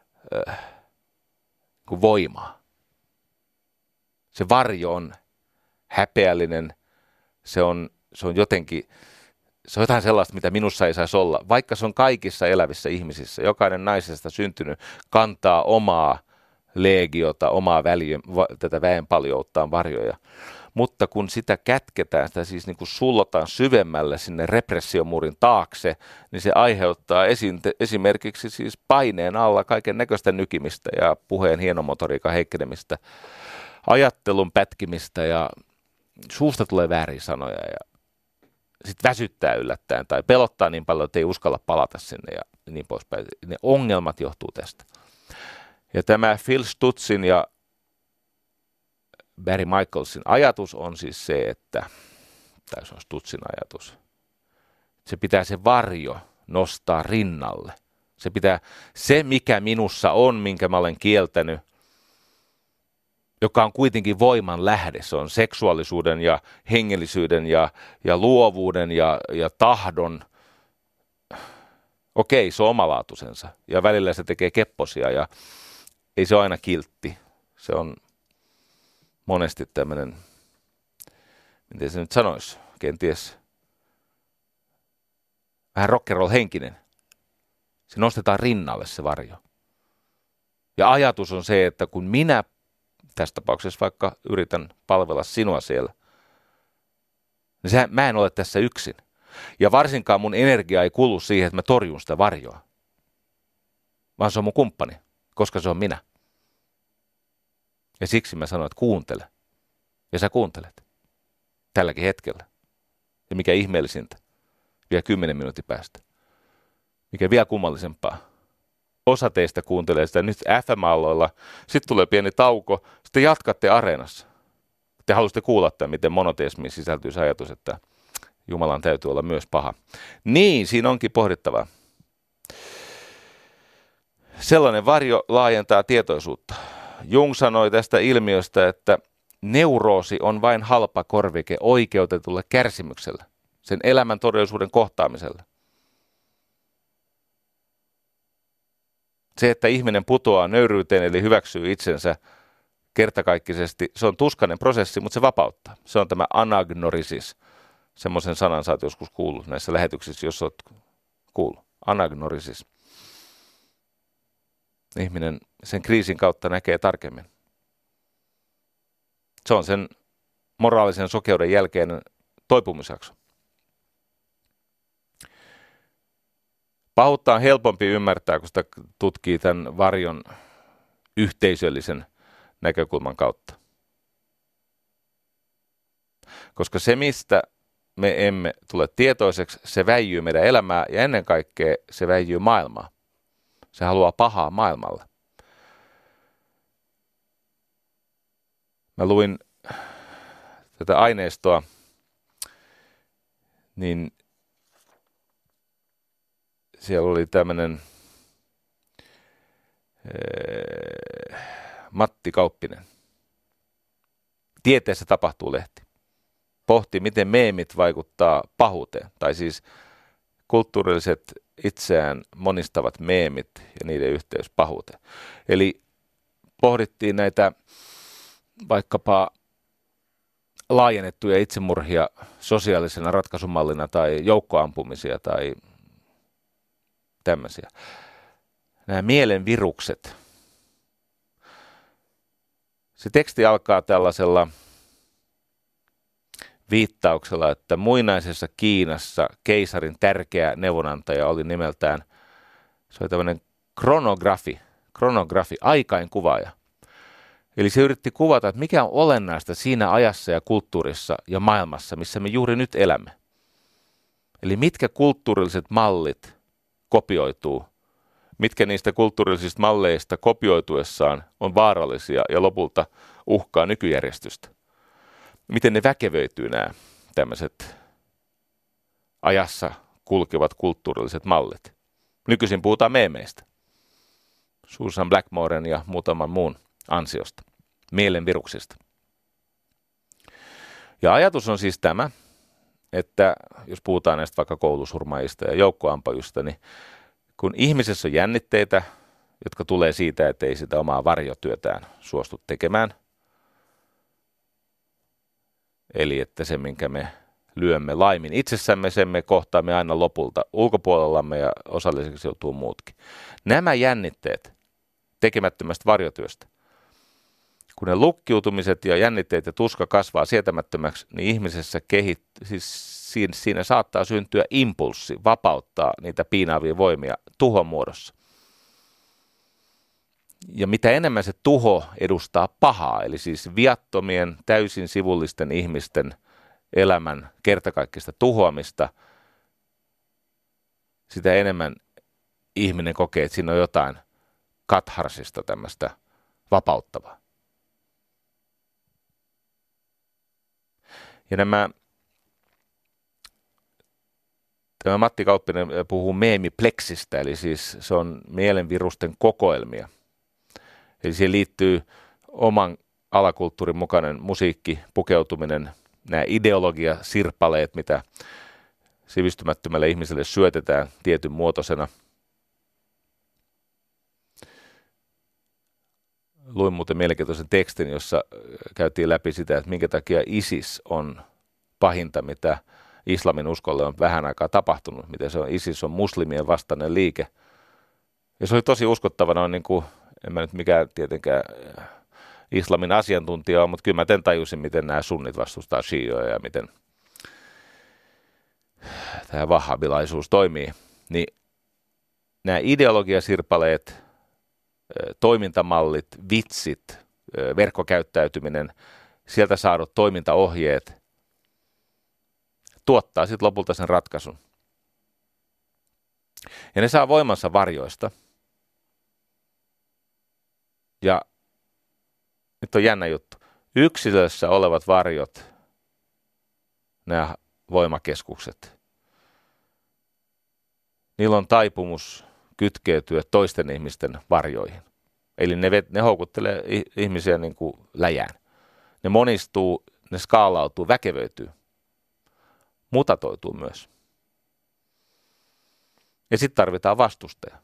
voimaa. Se varjo on häpeällinen, se on jotenkin, se on jotain sellaista, mitä minussa ei saisi olla. Vaikka se on kaikissa elävissä ihmisissä, jokainen naisesta syntynyt kantaa omaa legiota, omaa tätä väenpaljouttaan varjoja. Mutta kun sitä kätketään, sitä siis niin kuin sullotaan syvemmälle sinne repressiomuurin taakse, niin se aiheuttaa esimerkiksi siis paineen alla kaiken näköistä nykimistä ja puheen hienomotoriikan heikkenemistä, ajattelun pätkimistä ja suusta tulee väärin sanoja ja sitten väsyttää yllättäen tai pelottaa niin paljon, että ei uskalla palata sinne ja niin poispäin. Ne ongelmat johtuu tästä. Ja tämä Phil Stutzin ja Barry Michaelsin ajatus on siis se, että, tai se on Stutzin ajatus, se pitää se varjo nostaa rinnalle. Se mikä minussa on, minkä mä olen kieltänyt, joka on kuitenkin voiman lähde. Se on seksuaalisuuden ja hengellisyyden ja luovuuden ja tahdon. Okei, se on omalaatuisensa ja välillä se tekee kepposia ja ei se ole aina kiltti. Se on monesti tämmöinen, miten se nyt sanoisi, kenties vähän rock'n'roll henkinen. Se nostetaan rinnalle se varjo. Ja ajatus on se, että kun minä tässä tapauksessa vaikka yritän palvella sinua siellä, niin mä en ole tässä yksin. Ja varsinkaan mun energia ei kulu siihen, että mä torjun sitä varjoa. Vaan se on mun kumppani, koska se on minä. Ja siksi mä sanon, että kuuntele. Ja sä kuuntelet. Tälläkin hetkellä. Ja mikä ihmeellisintä, vielä 10 minuutin päästä. Mikä vielä kummallisempaa. Osa teistä kuuntelee sitä nyt FM-alloilla, sitten tulee pieni tauko, sitten jatkatte Areenassa. Te haluaisitte kuulla tämän, miten monoteismiin sisältyy se ajatus, että Jumalan täytyy olla myös paha. Niin, siinä onkin pohdittavaa. Sellainen varjo laajentaa tietoisuutta. Jung sanoi tästä ilmiöstä, että neuroosi on vain halpa korvike oikeutetulle kärsimykselle, sen elämän todellisuuden kohtaamiselle. Se, että ihminen putoaa nöyryyteen eli hyväksyy itsensä kertakaikkisesti, se on tuskainen prosessi, mutta se vapauttaa. Se on tämä anagnorisis. Semmoisen sanan sä oot joskus kuullut näissä lähetyksissä, jos oot kuullut. Anagnorisis. Ihminen sen kriisin kautta näkee tarkemmin. Se on sen moraalisen sokeuden jälkeinen toipumisjakso. Pahuutta on helpompi ymmärtää, kun sitä tutkii tämän varjon yhteisöllisen näkökulman kautta. Koska se, mistä me emme tule tietoiseksi, se väijyy meidän elämää ja ennen kaikkea se väijyy maailmaa. Se haluaa pahaa maailmalle. Mä luin tätä aineistoa, niin siellä oli tämmöinen Matti Kauppinen. Tieteessä tapahtuu lehti. Pohti, miten meemit vaikuttaa pahuuteen. Tai siis kulttuurilliset itseään monistavat meemit ja niiden yhteys pahuuteen. Eli pohdittiin näitä vaikkapa laajennettuja itsemurhia sosiaalisena ratkaisumallina tai joukkoampumisia tai tämmöisiä. Nämä mielen virukset. Se teksti alkaa tällaisella viittauksella, että muinaisessa Kiinassa keisarin tärkeä neuvonantaja oli nimeltään, se oli tämmöinen kronografi, aikainkuvaaja. Eli se yritti kuvata, että mikä on olennaista siinä ajassa ja kulttuurissa ja maailmassa, missä me juuri nyt elämme. Eli mitkä kulttuurilliset mallit kopioituu, mitkä niistä kulttuurillisista malleista kopioituessaan on vaarallisia ja lopulta uhkaa nykyjärjestystä. Miten ne väkevöityy nämä tämmöiset ajassa kulkevat kulttuurilliset mallit. Nykyisin puhutaan meemeistä. Susan Blackmoren ja muutaman muun ansiosta. Mielenviruksista. Ja ajatus on siis tämä, että jos puhutaan näistä vaikka koulusurmaajista ja joukkoampajista, niin kun ihmisessä on jännitteitä, jotka tulee siitä, että ei sitä omaa varjotyötään suostu tekemään, eli että se, minkä me lyömme laimin itsessämme, sen me kohtaamme aina lopulta ulkopuolellamme ja osalliseksi joutuu muutkin. Nämä jännitteet tekemättömästä varjotyöstä, kun ne lukkiutumiset ja jännitteet ja tuska kasvaa sietämättömäksi, niin ihmisessä siinä saattaa syntyä impulssi vapauttaa niitä piinaavia voimia tuhon muodossa. Ja mitä enemmän se tuho edustaa pahaa, eli siis viattomien, täysin sivullisten ihmisten elämän kertakaikkista tuhoamista, sitä enemmän ihminen kokee, että siinä on jotain katharsista, tämmöistä vapauttavaa. Ja tämä Matti Kauppinen puhuu meemipleksistä, eli siis se on mielenvirusten kokoelmia. Eli siihen liittyy oman alakulttuurin mukainen musiikki, pukeutuminen, nämä ideologiasirpaleet, mitä sivistymättömälle ihmiselle syötetään tietyn muotoisena. Luin muuten mielenkiintoisen tekstin, jossa käytiin läpi sitä, että minkä takia ISIS on pahinta, mitä islamin uskolle on vähän aikaa tapahtunut. Miten se on, ISIS on muslimien vastainen liike. Ja se oli tosi uskottavana, niin kuin, en mä nyt mikään tietenkään islamin asiantuntija on, mutta kyllä mä tajusin, miten nämä sunnit vastustaa shioja ja miten tämä wahhabilaisuus toimii. Niin nämä ideologiasirpaleet, toimintamallit, vitsit, verkkokäyttäytyminen, sieltä saadut toimintaohjeet tuottaa sitten lopulta sen ratkaisun. Ja ne saa voimansa varjoista. Ja nyt on jännä juttu. Yksilössä olevat varjot, nämä voimakeskukset, niillä on taipumus kytkeytyä toisten ihmisten varjoihin. Eli ne houkuttelee ihmisiä niin kuin läjään. Ne monistuu, ne skaalautuu, väkevöityy. Mutatoituu myös. Ja sitten tarvitaan vastustaja.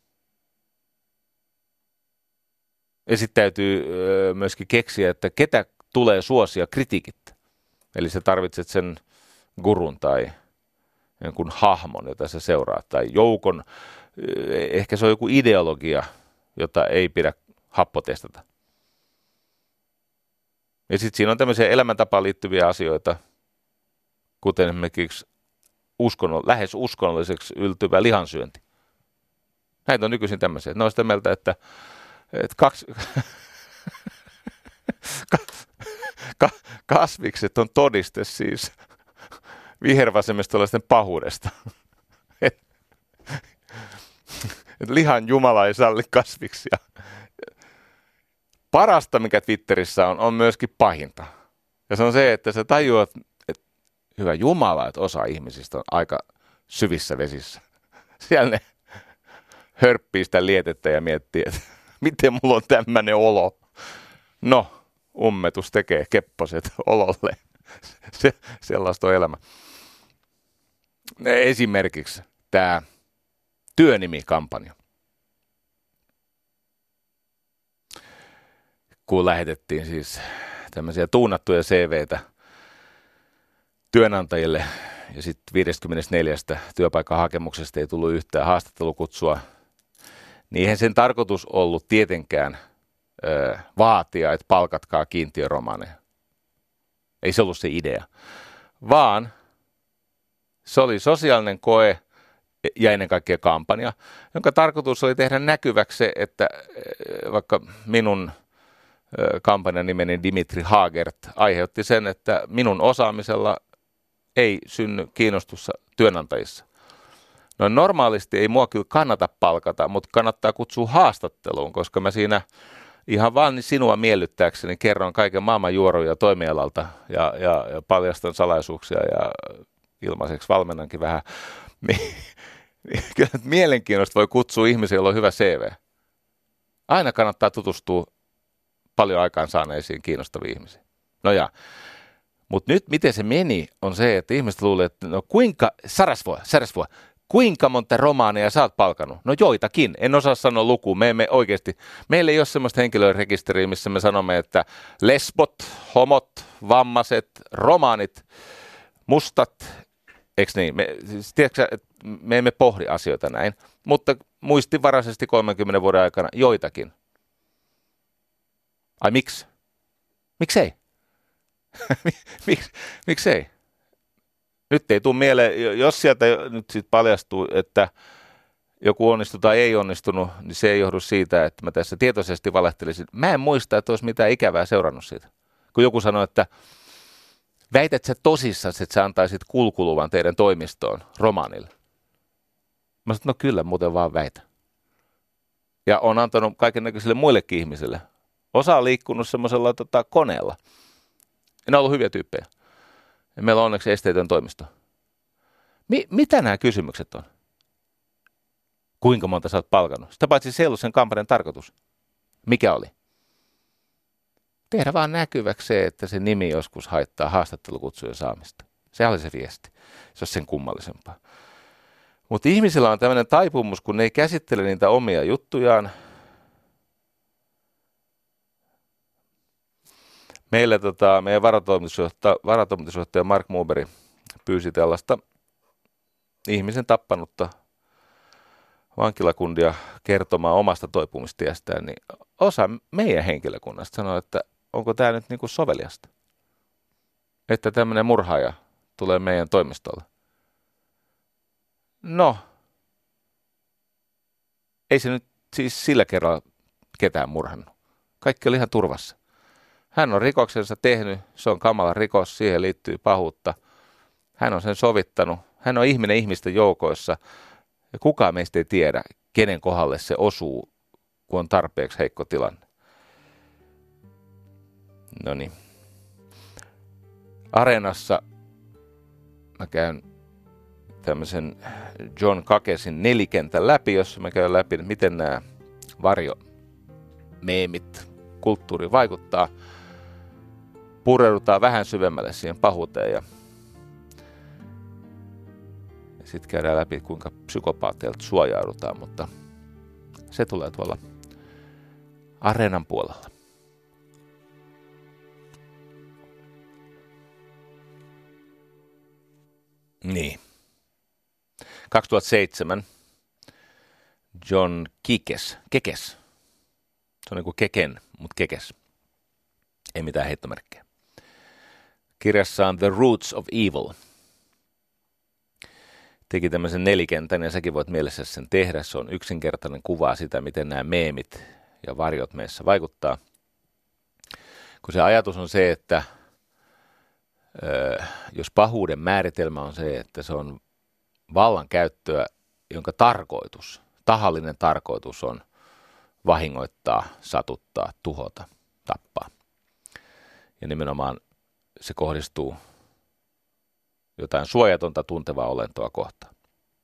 Ja sitten täytyy myöskin keksiä, että ketä tulee suosia kritiikittä. Eli sä tarvitset sen gurun tai jonkun hahmon, jota sä seuraat, tai joukon. Ehkä se on joku ideologia, jota ei pidä happotestata. Ja sitten siinä on tämmöisiä elämäntapaan liittyviä asioita, kuten esimerkiksi lähes uskonnolliseksi yltyvä lihansyönti. Näitä on nykyisin tämmöisiä. Ne on sitä mieltä, että kasvikset on todiste siis vihervasemmistolaisten pahuudesta. Lihan Jumala ei salli kasviksia. Parasta, mikä Twitterissä on myöskin pahinta. Ja se on se, että sä tajuat, että hyvä Jumala, että osa ihmisistä on aika syvissä vesissä. Siellä ne hörppii sitä lietettä ja miettii, että miten mulla on tämmöinen olo. No, ummetus tekee kepposet ololle. Sellaista on elämä. Esimerkiksi tämä työnimikampanja. Kun lähetettiin siis tämmöisiä tuunattuja CV:tä työnantajille ja sitten 54 työpaikkahakemuksesta ei tullut yhtään haastattelukutsua, niin eihän sen tarkoitus ollut tietenkään vaatia, että palkatkaa kiintiöromaneja. Ei se ollut se idea, vaan se oli sosiaalinen koe ja ennen kaikkea kampanja, jonka tarkoitus oli tehdä näkyväksi se, että vaikka minun kampanjan nimeni Dimitri Haagert aiheutti sen, että minun osaamisella ei synny kiinnostusta työnantajissa. No normaalisti ei mua kyllä kannata palkata, mutta kannattaa kutsua haastatteluun, koska mä siinä ihan vaan sinua miellyttääkseni kerron kaiken maailman juoruja toimialalta ja paljastan salaisuuksia ja ilmaiseksi valmennankin vähän. Kyllä mielenkiinnosta voi kutsua ihmisiä, joilla on hyvä CV. Aina kannattaa tutustua paljon aikaan saaneisiin kiinnostaviin ihmisiin. No ja, mutta nyt miten se meni on se, että ihmiset luulee, että no kuinka, Sarasvuo, kuinka monta romaaneja sä oot palkannut? No joitakin, en osaa sanoa lukuun. Meillä ei ole semmoista henkilörekisteriä, missä me sanomme, että lesbot, homot, vammaiset, romaanit, mustat, eikö niin? Tiedätkö, me emme pohdi asioita näin, mutta muistivaraisesti 30 vuoden aikana joitakin. Ai miksi? Miksei? Miksei? Nyt ei tule mieleen, jos sieltä nyt sit paljastuu, että joku onnistuu tai ei onnistunut, niin se ei johdu siitä, että mä tässä tietoisesti valehtelisin. Mä en muista, että olisi mitään ikävää seurannut siitä. Kun joku sanoi, että väität sä tosissaan, että sä antaisit kulkuluvan teidän toimistoon romaanille. Mä sanoin, no kyllä, muuten vaan väitä. Ja on antanut kaikennäköisille muillekin ihmisille. Osa on liikkunut semmoisella koneella. Ja ne on ollut hyviä tyyppejä. Ja meillä on onneksi esteetön toimisto. Mitä nämä kysymykset on? Kuinka monta sä oot palkannut? Sitä paitsi se ei ollut sen kampanjan tarkoitus. Mikä oli? Tehdä vaan näkyväksi se, että se nimi joskus haittaa haastattelukutsujen saamista. Se oli se viesti. Se on sen kummallisempaa. Mutta ihmisillä on tämmöinen taipumus, kun ne ei käsittele niitä omia juttujaan. Meillä meidän varatoimitusjohtaja Mark Muberi pyysi tällaista ihmisen tappanutta vankilakundia kertomaan omasta toipumistiestään, niin osa meidän henkilökunnasta sanoi, että onko tämä nyt niinku soveliasta, että tämmöinen murhaaja tulee meidän toimistolle. No, ei se nyt siis sillä kerralla ketään murhannut. Kaikki oli ihan turvassa. Hän on rikoksensa tehnyt, se on kamala rikos, siihen liittyy pahuutta. Hän on sen sovittanut, hän on ihminen ihmisten joukoissa ja kukaan meistä ei tiedä, kenen kohdalle se osuu, kun on tarpeeksi heikko tilanne. No niin. Areenassa mä käyn tämmöisen John Kakesin nelikentän läpi, jossa mä käyn läpi, miten nämä varjomeemit, kulttuuri vaikuttaa. Pureudutaan vähän syvemmälle siihen pahuuteen ja sitten käydään läpi, kuinka psykopaateilta suojaudutaan, mutta se tulee tuolla Areenan puolella. Niin. 2007 John Kekes. Se on niin kuin Keken, mutta Kekes. Ei mitään heittomerkkejä. Kirjassaan The Roots of Evil. Teki tämmöisen nelikentän ja säkin voit mielessä sen tehdä. Se on yksinkertainen kuva sitä, miten nämä meemit ja varjot meissä vaikuttaa. Kun se ajatus on se, että jos pahuuden määritelmä on se, että se on vallankäyttöä, jonka tahallinen tarkoitus on vahingoittaa, satuttaa, tuhota, tappaa. Ja nimenomaan se kohdistuu jotain suojatonta tuntevaa olentoa kohtaan.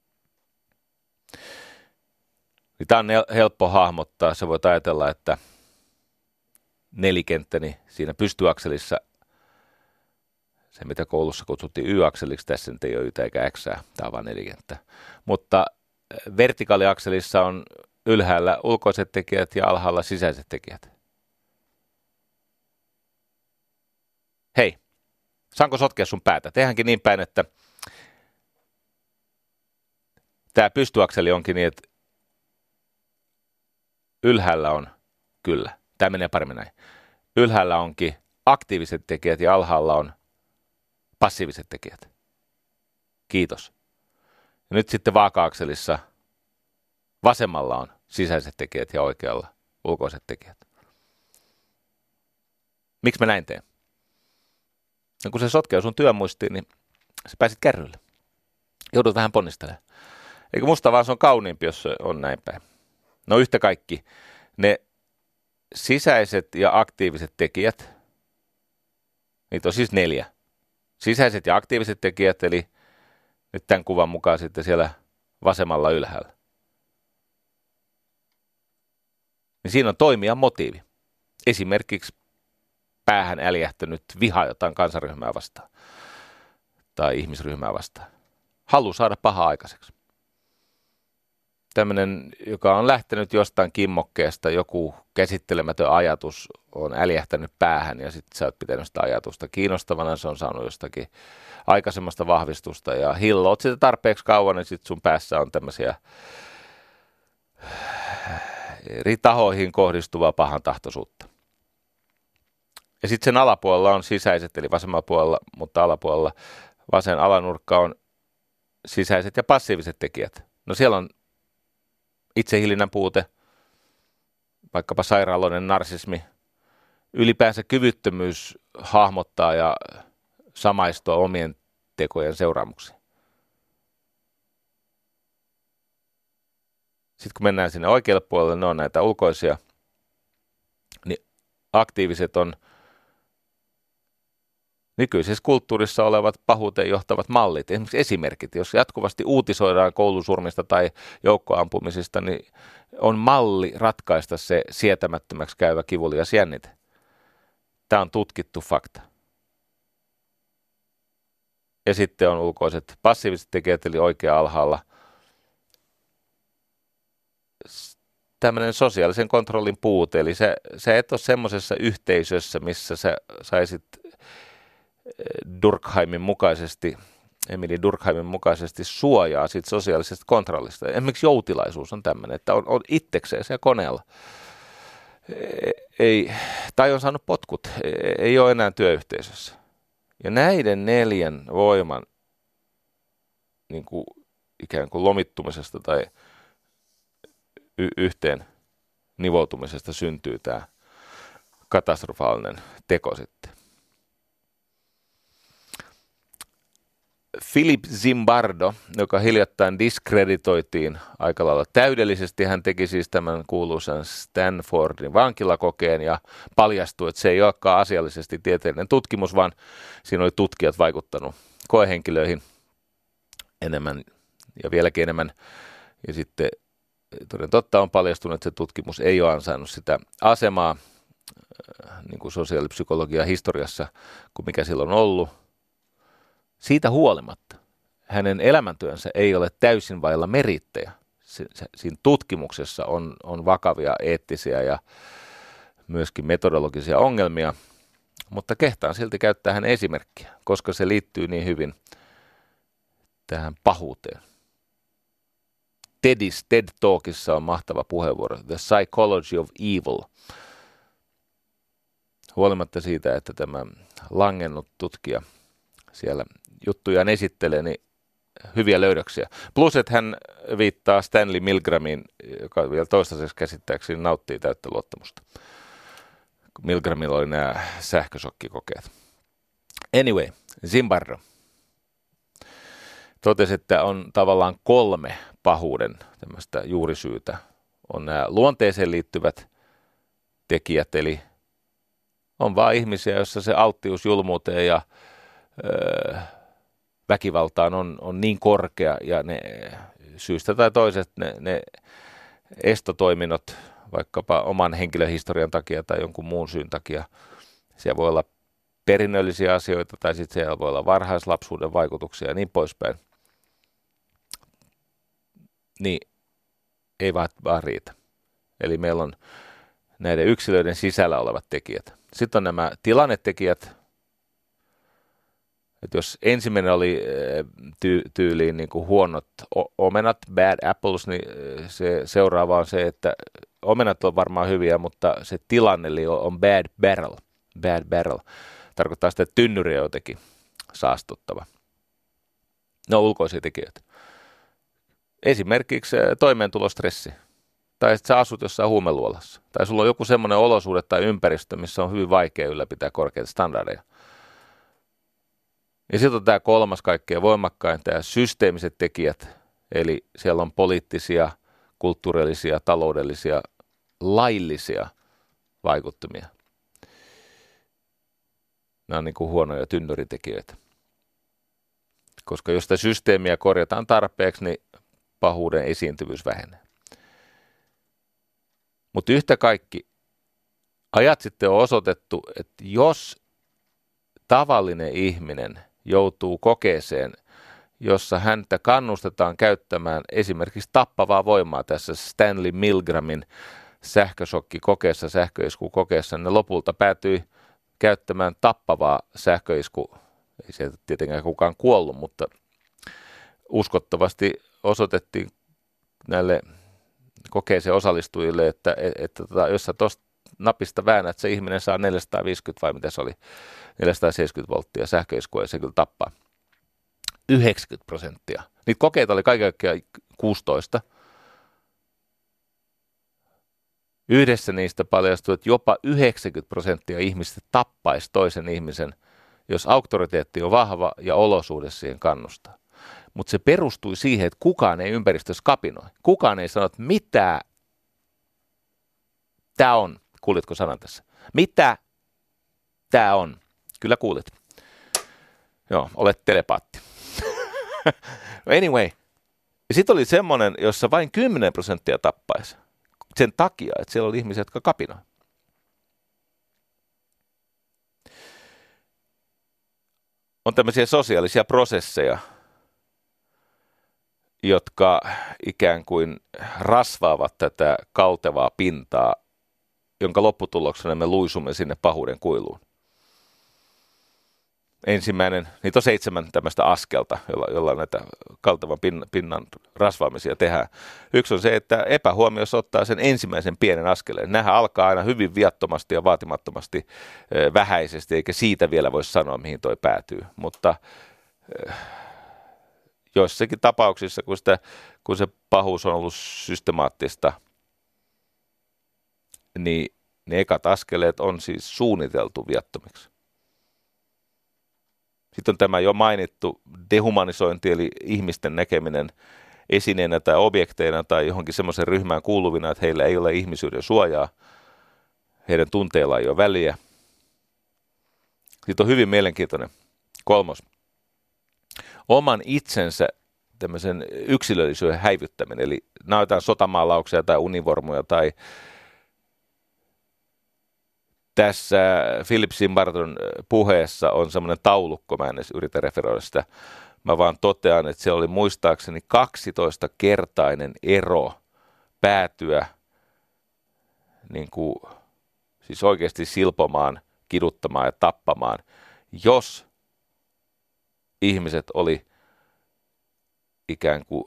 Tämä on helppo hahmottaa. Sä voit ajatella, että nelikenttäni siinä pystyakselissa, se mitä koulussa kutsuttiin Y-akseliksi, tässä nyt ei ole Ytä eikä Xää, tämä on vain nelikenttä. Mutta vertikaaliakselissa on ylhäällä ulkoiset tekijät ja alhaalla sisäiset tekijät. Hei, saanko sotkea sun päätä? Tehdäänkin niin päin, että tämä pystyakseli onkin niin, että ylhäällä on, kyllä, tämä menee paremmin näin. Ylhäällä onkin aktiiviset tekijät ja alhaalla on passiiviset tekijät. Kiitos. Ja nyt sitten vaaka-akselissa vasemmalla on sisäiset tekijät ja oikealla ulkoiset tekijät. Miksi mä näin teen? No kun se sotkee sun työmuistiin, niin sä pääsit kärrylle. Joudut vähän ponnistelemaan. Eikö musta vaan se on kauniimpi, jos se on näin päin. No yhtä kaikki, ne sisäiset ja aktiiviset tekijät, niitä on siis 4. Sisäiset ja aktiiviset tekijät, eli nyt tämän kuvan mukaan sitten siellä vasemmalla ylhäällä. Niin siinä on toimijan motiivi. Esimerkiksi päähän äljähtänyt viha jotain kansanryhmää vastaan tai ihmisryhmää vastaan. Halu saada pahaa aikaiseksi. Tämmöinen, joka on lähtenyt jostain kimmokkeesta, joku käsittelemätön ajatus on äljähtänyt päähän ja sitten sä oot pitänyt sitä ajatusta kiinnostavana, se on saanut jostakin aikaisemmasta vahvistusta ja hilloot sitä tarpeeksi kauan, niin sitten sun päässä on tämmöisiä eri tahoihin kohdistuvaa pahantahtoisuutta. Ja sitten sen alapuolella on sisäiset, eli vasemmalla puolella, mutta alapuolella vasen alanurkka on sisäiset ja passiiviset tekijät. No siellä on itsehillinnän puute, vaikkapa sairaaloinen narsismi, ylipäänsä kyvyttömyys hahmottaa ja samaistua omien tekojen seuraamuksiin. Sitten kun mennään sinne oikealle puolelle, ne on näitä ulkoisia, niin aktiiviset on nykyisessä kulttuurissa olevat pahuuteen johtavat mallit, esimerkiksi esimerkit. Jos jatkuvasti uutisoidaan koulusurmista tai joukkoampumisista, niin on malli ratkaista se sietämättömäksi käyvä kivulias jännite. Tämä on tutkittu fakta. Ja sitten on ulkoiset passiiviset tekijät, eli oikea alhaalla. Tämmöinen sosiaalisen kontrollin puute, eli sä et ole semmoisessa yhteisössä, missä sä saisit Emily Durkheimin mukaisesti suojaa siitä sosiaalisesta kontrollista. Esimerkiksi joutilaisuus on tämmöinen, että on itsekseen siellä koneella. Tai on saanut potkut, ei ole enää työyhteisössä. Ja näiden 4 voiman niin kuin, ikään kuin lomittumisesta tai yhteen nivoutumisesta syntyy tämä katastrofaalinen teko sitten. Philip Zimbardo, joka hiljattain diskreditoitiin aika lailla täydellisesti, hän teki siis tämän kuuluisan Stanfordin vankilakokeen ja paljastui, että se ei olekaan asiallisesti tieteellinen tutkimus, vaan siinä oli tutkijat vaikuttanut koehenkilöihin enemmän ja vieläkin enemmän. Ja sitten toden totta on paljastunut, että se tutkimus ei ole ansainnut sitä asemaa niin kuin sosiaalipsykologian historiassa kuin mikä silloin on ollut. Siitä huolimatta hänen elämäntyönsä ei ole täysin vailla merittejä. Siinä tutkimuksessa on vakavia eettisiä ja myöskin metodologisia ongelmia, mutta kehtaan silti käyttää hänen esimerkkiä, koska se liittyy niin hyvin tähän pahuuteen. TED Talkissa on mahtava puheenvuoro, The Psychology of Evil. Huolimatta siitä, että tämä langennut tutkija siellä juttujaan esittelee, niin hyviä löydöksiä. Plus, että hän viittaa Stanley Milgramiin, joka vielä toistaiseksi käsittääkseni nauttii täyttä luottamusta. Milgramilla oli nämä sähkösokkikokeet. Anyway, Zimbardo totesi, että on tavallaan 3 pahuuden tämmöistä juurisyytä. On nämä luonteeseen liittyvät tekijät, eli on vaan ihmisiä, joissa se alttius julmuuteen ja väkivaltaan on niin korkea ja ne syystä tai toisesta ne estotoiminnot vaikkapa oman henkilöhistorian takia tai jonkun muun syyn takia, siellä voi olla perinnöllisiä asioita tai sitten siellä voi olla varhaislapsuuden vaikutuksia ja niin poispäin, niin ei vaan riitä. Eli meillä on näiden yksilöiden sisällä olevat tekijät. Sitten on nämä tilannetekijät. Että jos ensimmäinen oli tyyliin niin kuin huonot omenat, bad apples, niin se seuraava on se, että omenat on varmaan hyviä, mutta se tilanne on bad barrel. Bad barrel tarkoittaa sitä, että tynnyri on jotenkin saastuttava. No ulkoisia tekijöitä. Esimerkiksi toimeentulostressi. Tai että sä asut jossain huumeluolassa. Tai sulla on joku semmoinen olosuhde tai ympäristö, missä on hyvin vaikea ylläpitää korkeita standardeja. Ja sitten on tämä 3. kaikkein voimakkain, tämä systeemiset tekijät, eli siellä on poliittisia, kulttuurillisia, taloudellisia, laillisia vaikuttimia. Nämä on niin kuin huonoja tynnyritekijöitä. Koska jos sitä systeemiä korjataan tarpeeksi, niin pahuuden esiintyvyys vähenee. Mutta yhtä kaikki, ajat sitten on osoitettu, että jos tavallinen ihminen joutuu kokeeseen, jossa häntä kannustetaan käyttämään esimerkiksi tappavaa voimaa tässä Stanley Milgramin sähkösokkikokeessa, sähköiskukokeessa, ne lopulta päätyi käyttämään tappavaa sähköisku. Ei sieltä tietenkään kukaan kuollut, mutta uskottavasti osoitettiin näille kokeeseen osallistujille, että jos sä tuosta napista väännät, se ihminen saa 450 vai mitä se oli, 470 volttia sähköiskua ja se kyllä tappaa. 90%. Niitä kokeita oli kaiken kaikkiaan 16. Yhdessä niistä paljastui, että jopa 90% ihmistä tappaisi toisen ihmisen, jos auktoriteetti on vahva ja olosuhde siihen kannustaa. Mutta se perustui siihen, että kukaan ei ympäristössä kapinoi. Kukaan ei sano, että mitä tämä on. Kuulitko sanan tässä? Mitä tämä on? Kyllä kuulit. Joo, olet telepaatti. Anyway. Sitten oli semmoinen, jossa vain 10% tappaisi. Sen takia, että siellä oli ihmisiä, jotka kapinoi. On tämmöisiä sosiaalisia prosesseja, jotka ikään kuin rasvaavat tätä kaltevaa pintaa, jonka lopputuloksena me luisumme sinne pahuuden kuiluun. Ensimmäinen, niitä on 7 tämmöistä askelta, jolla näitä kaltevan pinnan rasvaamisia tehdään. Yksi on se, että epähuomiossa ottaa sen ensimmäisen pienen askeleen. Nämähän alkaa aina hyvin viattomasti ja vaatimattomasti, vähäisesti, eikä siitä vielä voi sanoa, mihin toi päätyy. Mutta joissakin tapauksissa, kun se pahuus on ollut systemaattista, niin ne ekat askeleet on siis suunniteltu viattomiksi. Sitten on tämä jo mainittu dehumanisointi, eli ihmisten näkeminen esineenä tai objekteina tai johonkin semmoisen ryhmään kuuluvina, että heillä ei ole ihmisyyden suojaa, heidän tunteilla ei ole väliä. Sitten on hyvin mielenkiintoinen 3. Oman itsensä tämmöisen yksilöllisyyden häivyttäminen, eli nämä jotain sotamaalauksia tai univormuja tai tässä Philip Zimbarton puheessa on semmoinen taulukko, mä en edes yritä referoida sitä. Mä vaan totean, että se oli muistaakseni 12-kertainen ero päätyä niin kuin, siis oikeasti silpomaan, kiduttamaan ja tappamaan, jos ihmiset oli ikään kuin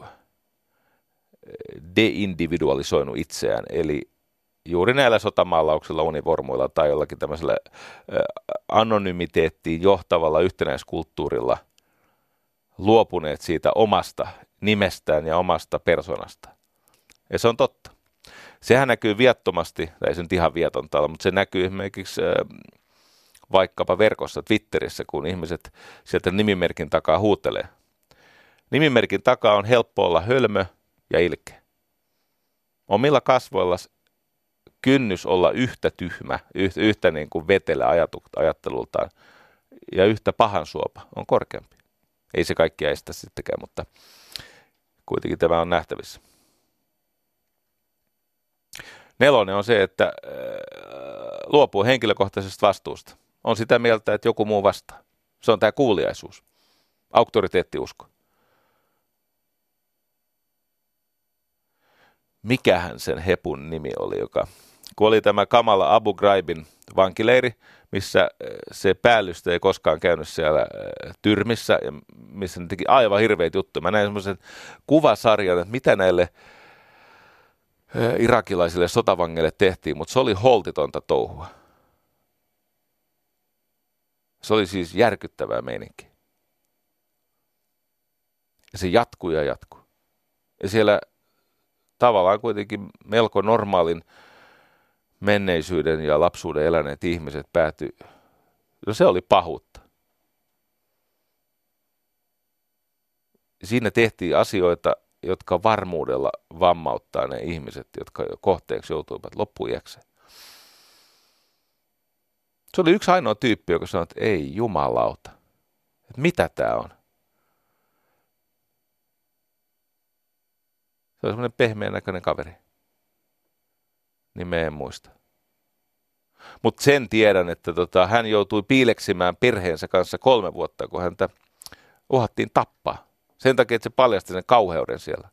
deindividualisoinut itseään, eli juuri näillä sotamaalauksilla, univormuilla tai jollakin tämmöisellä anonymiteettiin johtavalla yhtenäiskulttuurilla luopuneet siitä omasta nimestään ja omasta persoonasta. Ja se on totta. Sehän näkyy viattomasti, tai ei se nyt ihan vietonta ole, mutta se näkyy esimerkiksi vaikkapa verkossa, Twitterissä, kun ihmiset sieltä nimimerkin takaa huutelee. Nimimerkin takaa on helppo olla hölmö ja ilkeä. Omilla kasvoilla kynnys olla yhtä tyhmä, yhtä niin kuin vetelä ajattelultaan ja yhtä pahansuopa on korkeampi. Ei se kaikkia estä sittenkään, mutta kuitenkin tämä on nähtävissä. 4. on se, että luopuu henkilökohtaisesta vastuusta. On sitä mieltä, että joku muu vastaa. Se on tämä kuuliaisuus, auktoriteettiusko. Mikähän sen hepun nimi oli, kun oli tämä kamala Abu Ghraibin vankileiri, missä se päällystä ei koskaan käynyt siellä tyrmissä, ja missä ne teki aivan hirveitä juttuja. Mä näin semmoisen kuvasarjan, että mitä näille irakilaisille sotavangeille tehtiin, mutta se oli holtitonta touhua. Se oli siis järkyttävää meininkiä. Ja se jatkuu ja jatkuu. Ja siellä tavallaan kuitenkin melko normaalin menneisyyden ja lapsuuden eläneet ihmiset päätyi. No se oli pahuutta. Siinä tehtiin asioita, jotka varmuudella vammauttaa ne ihmiset, jotka kohteeksi joutuivat loppuiäkseen. Se oli yksi ainoa tyyppi, joka sanoi, että ei jumalauta. Että mitä tämä on? Se on semmoinen pehmeän näköinen kaveri. Nimeä en muista. Mutta sen tiedän, että hän joutui piileksimään perheensä kanssa 3 vuotta, kun häntä uhattiin tappaa. Sen takia, että se paljasti sen kauheuden siellä.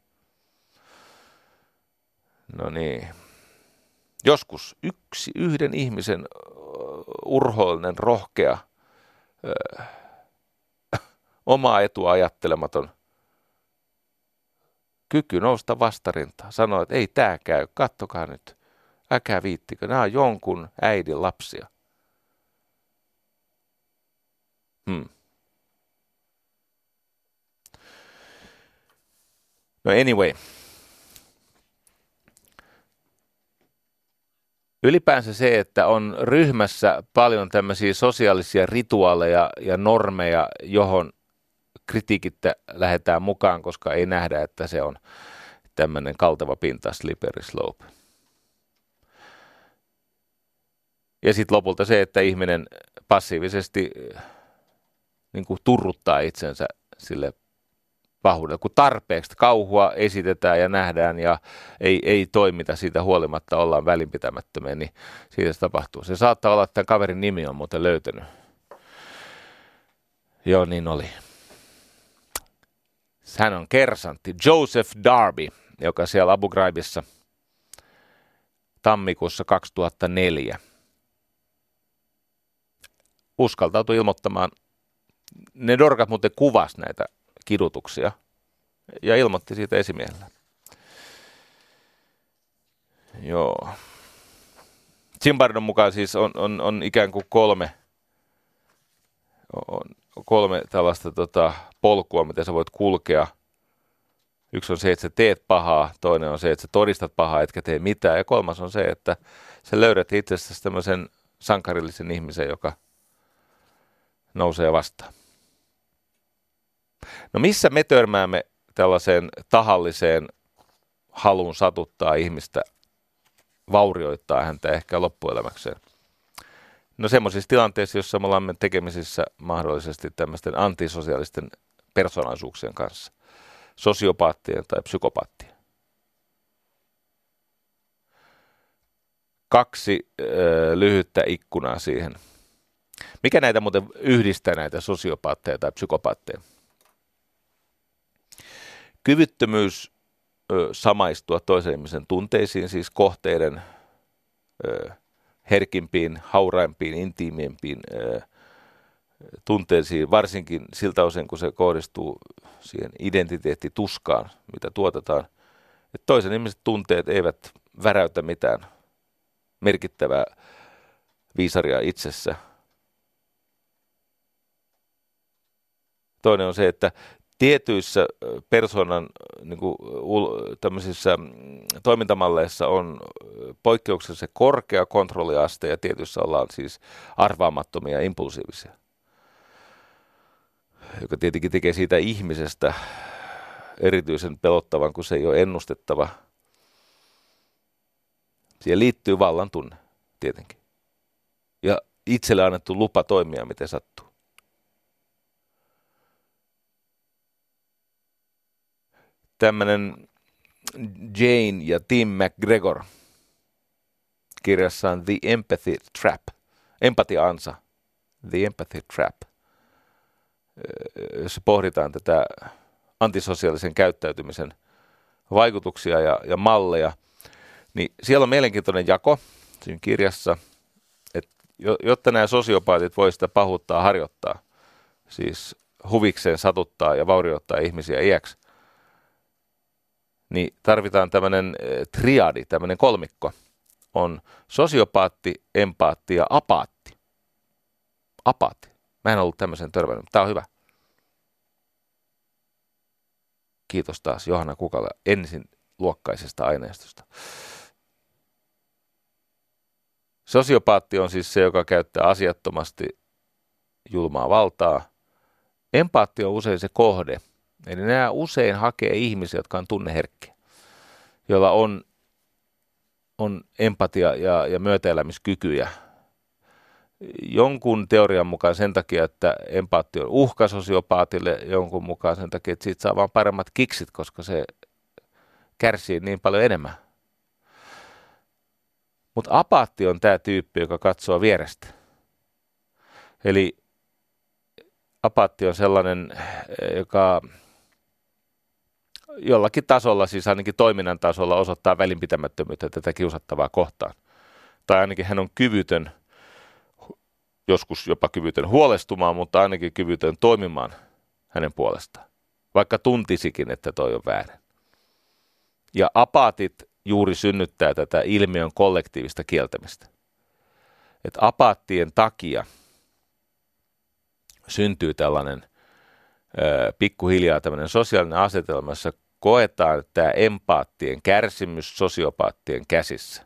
No niin. Joskus yhden ihmisen urhoollinen, rohkea, omaa etua ajattelematon kyky nousta vastarintaan. Sanoi, että ei tää käy, kattokaa nyt. Äkää viittikö, nämä on jonkun äidin lapsia. No anyway. Ylipäänsä se, että on ryhmässä paljon tämmöisiä sosiaalisia rituaaleja ja normeja, johon kritiikittä lähdetään mukaan, koska ei nähdä, että se on tämmöinen kalteva pinta, slippery slope. Ja sitten lopulta se, että ihminen passiivisesti niin kuin turruttaa itsensä sille pahuudelle. Kun tarpeeksi kauhua esitetään ja nähdään ja ei toimita siitä huolimatta, ollaan välinpitämättömiä, niin siitä se tapahtuu. Se saattaa olla, että tämän kaverin nimi on muuten löytänyt. Joo, niin oli. Hän on kersantti Joseph Darby, joka siellä Abu Ghraibissa tammikuussa 2004 uskaltautui ilmoittamaan. Ne dorkat muuten kuvasi näitä kidutuksia ja ilmoitti siitä esimiehelle. Joo. Zimbardon mukaan siis on ikään kuin kolme tällaista polkua, miten sä voit kulkea. Yksi on se, että sä teet pahaa, toinen on se, että sä todistat pahaa, etkä tee mitään, ja kolmas on se, että sä löydät itsestäsi tämmöisen sankarillisen ihmisen, joka nousee vastaan. No missä me törmäämme tällaiseen tahalliseen haluun satuttaa ihmistä, vaurioittaa häntä ehkä loppuelämäkseen? No semmoisissa tilanteissa, joissa me olemme tekemisissä mahdollisesti tämmöisten antisosiaalisten persoonallisuuksien kanssa, sosiopaattien tai psykopaattien. 2 lyhyttä ikkunaa siihen. Mikä näitä muuten yhdistää, näitä sosiopaatteja tai psykopaatteja? Kyvyttömyys samaistua toisen ihmisen tunteisiin, siis kohteiden herkimpiin, hauraimpiin, intiimiimpiin tunteisiin, varsinkin siltä osin, kun se kohdistuu siihen identiteettituskaan, mitä tuotetaan. Että toisen ihmisen tunteet eivät väräytä mitään merkittävää viisaria itsessä. Toinen on se, että tietyissä persoonan niin kuin, tämmöisissä toimintamalleissa on poikkeuksellisen korkea kontrolliaste ja tietyissä ollaan siis arvaamattomia ja impulsiivisia, joka tietenkin tekee siitä ihmisestä erityisen pelottavan, kun se ei ole ennustettava. Siihen liittyy vallan tunne tietenkin ja itselle annettu lupa toimia, miten sattuu. Tämmöinen Jane ja Tim McGregor kirjassaan The Empathy Trap, empatia-ansa, The Empathy Trap, jossa pohditaan tätä antisosiaalisen käyttäytymisen vaikutuksia ja malleja, niin siellä on mielenkiintoinen jako siinä kirjassa, että jotta nämä sosiopaatit voi sitä pahuuttaa harjoittaa, siis huvikseen satuttaa ja vaurioittaa ihmisiä iäksi, niin tarvitaan tämmöinen triadi, tämmöinen kolmikko. On sosiopaatti, empaatti ja apaatti. Apaatti. Mä en ollut tämmöisen törmännyt, mutta tää on hyvä. Kiitos taas Johanna Kukalle ensin luokkaisesta aineistosta. Sosiopaatti on siis se, joka käyttää asiattomasti julmaa valtaa. Empaatti on usein se kohde. Eli nämä usein hakee ihmisiä, jotka on tunneherkkiä, joilla on empatia ja myötäelämiskykyjä. Jonkun teorian mukaan sen takia, että empaatti on uhka sosiopaatille, jonkun mukaan sen takia, että siitä saa vaan paremmat kiksit, koska se kärsii niin paljon enemmän. Mutta apaatti on tämä tyyppi, joka katsoo vierestä. Eli apaatti on sellainen, joka jollakin tasolla, siis ainakin toiminnan tasolla, osoittaa välinpitämättömyyttä tätä kiusattavaa kohtaan. Tai ainakin hän on kyvytön, joskus jopa kyvytön huolestumaan, mutta ainakin kyvytön toimimaan hänen puolestaan. Vaikka tuntisikin, että toi on väärin. Ja apaatit juuri synnyttää tätä ilmiön kollektiivista kieltämistä. Että apaattien takia syntyy tällainen pikkuhiljaa tämmöinen sosiaalinen asetelma, jossa koetaan tämä empaattien kärsimys sosiopaattien käsissä.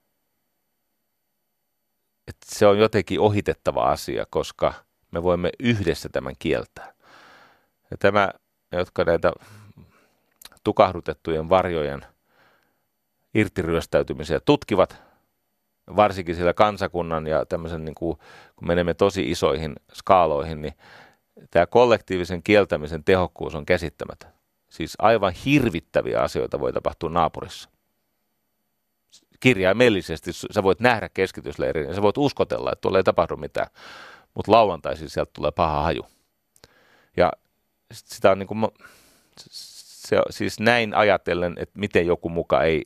Että se on jotenkin ohitettava asia, koska me voimme yhdessä tämän kieltää. Ja tämä, jotka näitä tukahdutettujen varjojen irtiryöstäytymisiä tutkivat, varsinkin sillä kansakunnan ja tämmöisen, niin kun menemme tosi isoihin skaaloihin, niin tämä kollektiivisen kieltämisen tehokkuus on käsittämätön. Siis aivan hirvittäviä asioita voi tapahtua naapurissa. Kirjaimellisesti sä voit nähdä keskitysleirin ja sä voit uskotella, että tuolla ei tapahdu mitään, mutta lauantaisin sieltä tulee paha haju. Ja sitä on niin kuin, siis näin ajatellen, että miten joku muka ei...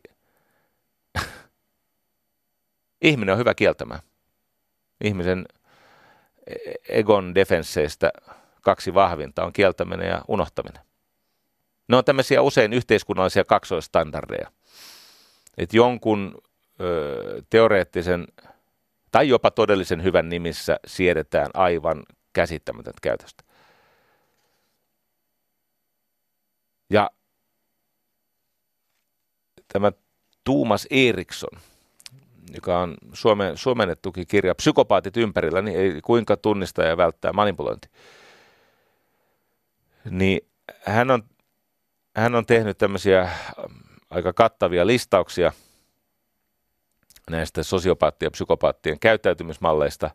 Ihminen on hyvä kieltämään. Ihmisen egon defensseistä 2 vahvinta on kieltäminen ja unohtaminen. Ne on tämmöisiä usein yhteiskunnallisia kaksoistandardeja. Että jonkun teoreettisen tai jopa todellisen hyvän nimissä siedetään aivan käsittämätöntä käytöstä. Ja tämä Thomas Eriksson, joka on suomennettukin kirja Psykopaatit ympärillä, niin ei kuinka tunnistaa ja välttää manipulointi. Niin hän on tehnyt tämmöisiä aika kattavia listauksia näistä sosiopaattien ja psykopaattien käyttäytymismalleista.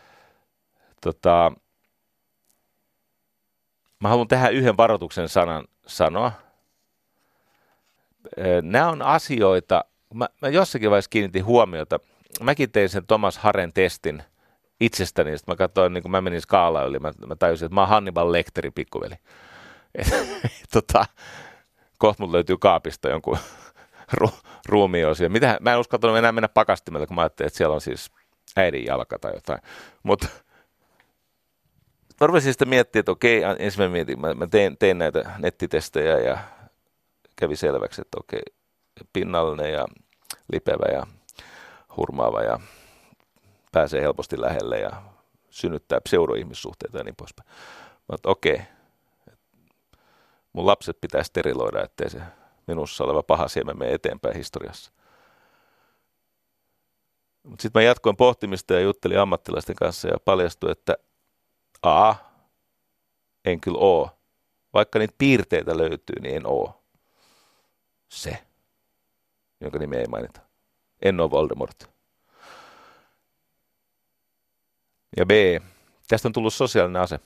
Mä haluan tähän yhden varoituksen sanan sanoa. Nämä on asioita, mä jossakin vaiheessa kiinnitin huomiota. Mäkin tein sen Thomas Haren testin itsestäni, sitten mä katsoin, niin kun mä menin skaalaan yli, mä tajusin, että mä oon Hannibal Lecterin pikkuveli. Kohta mulla löytyy kaapista jonkun ruumioosia. Mä en uskaltanut enää mennä pakastimelle, kun mä ajattelin, että siellä on siis äidin jalka tai jotain. Mutta mä rupesin sitten miettimään, että okei, ensin mä tein näitä nettitestejä ja kävi selväksi, että okei, pinnallinen ja lipevä ja hurmaava ja pääsee helposti lähelle ja synnyttää pseudoihmissuhteita ja niin poispäin. Mutta okei, mun lapset pitää steriloida, ettei se minussa oleva paha siemen mene eteenpäin historiassa. Mutta sitten mä jatkoin pohtimista ja juttelin ammattilaisten kanssa ja paljastui, että en kyllä oo. Vaikka niitä piirteitä löytyy, niin en oo. Se, jonka nimi ei mainita. En oo Voldemort. Ja B, tästä on tullut sosiaalinen ase.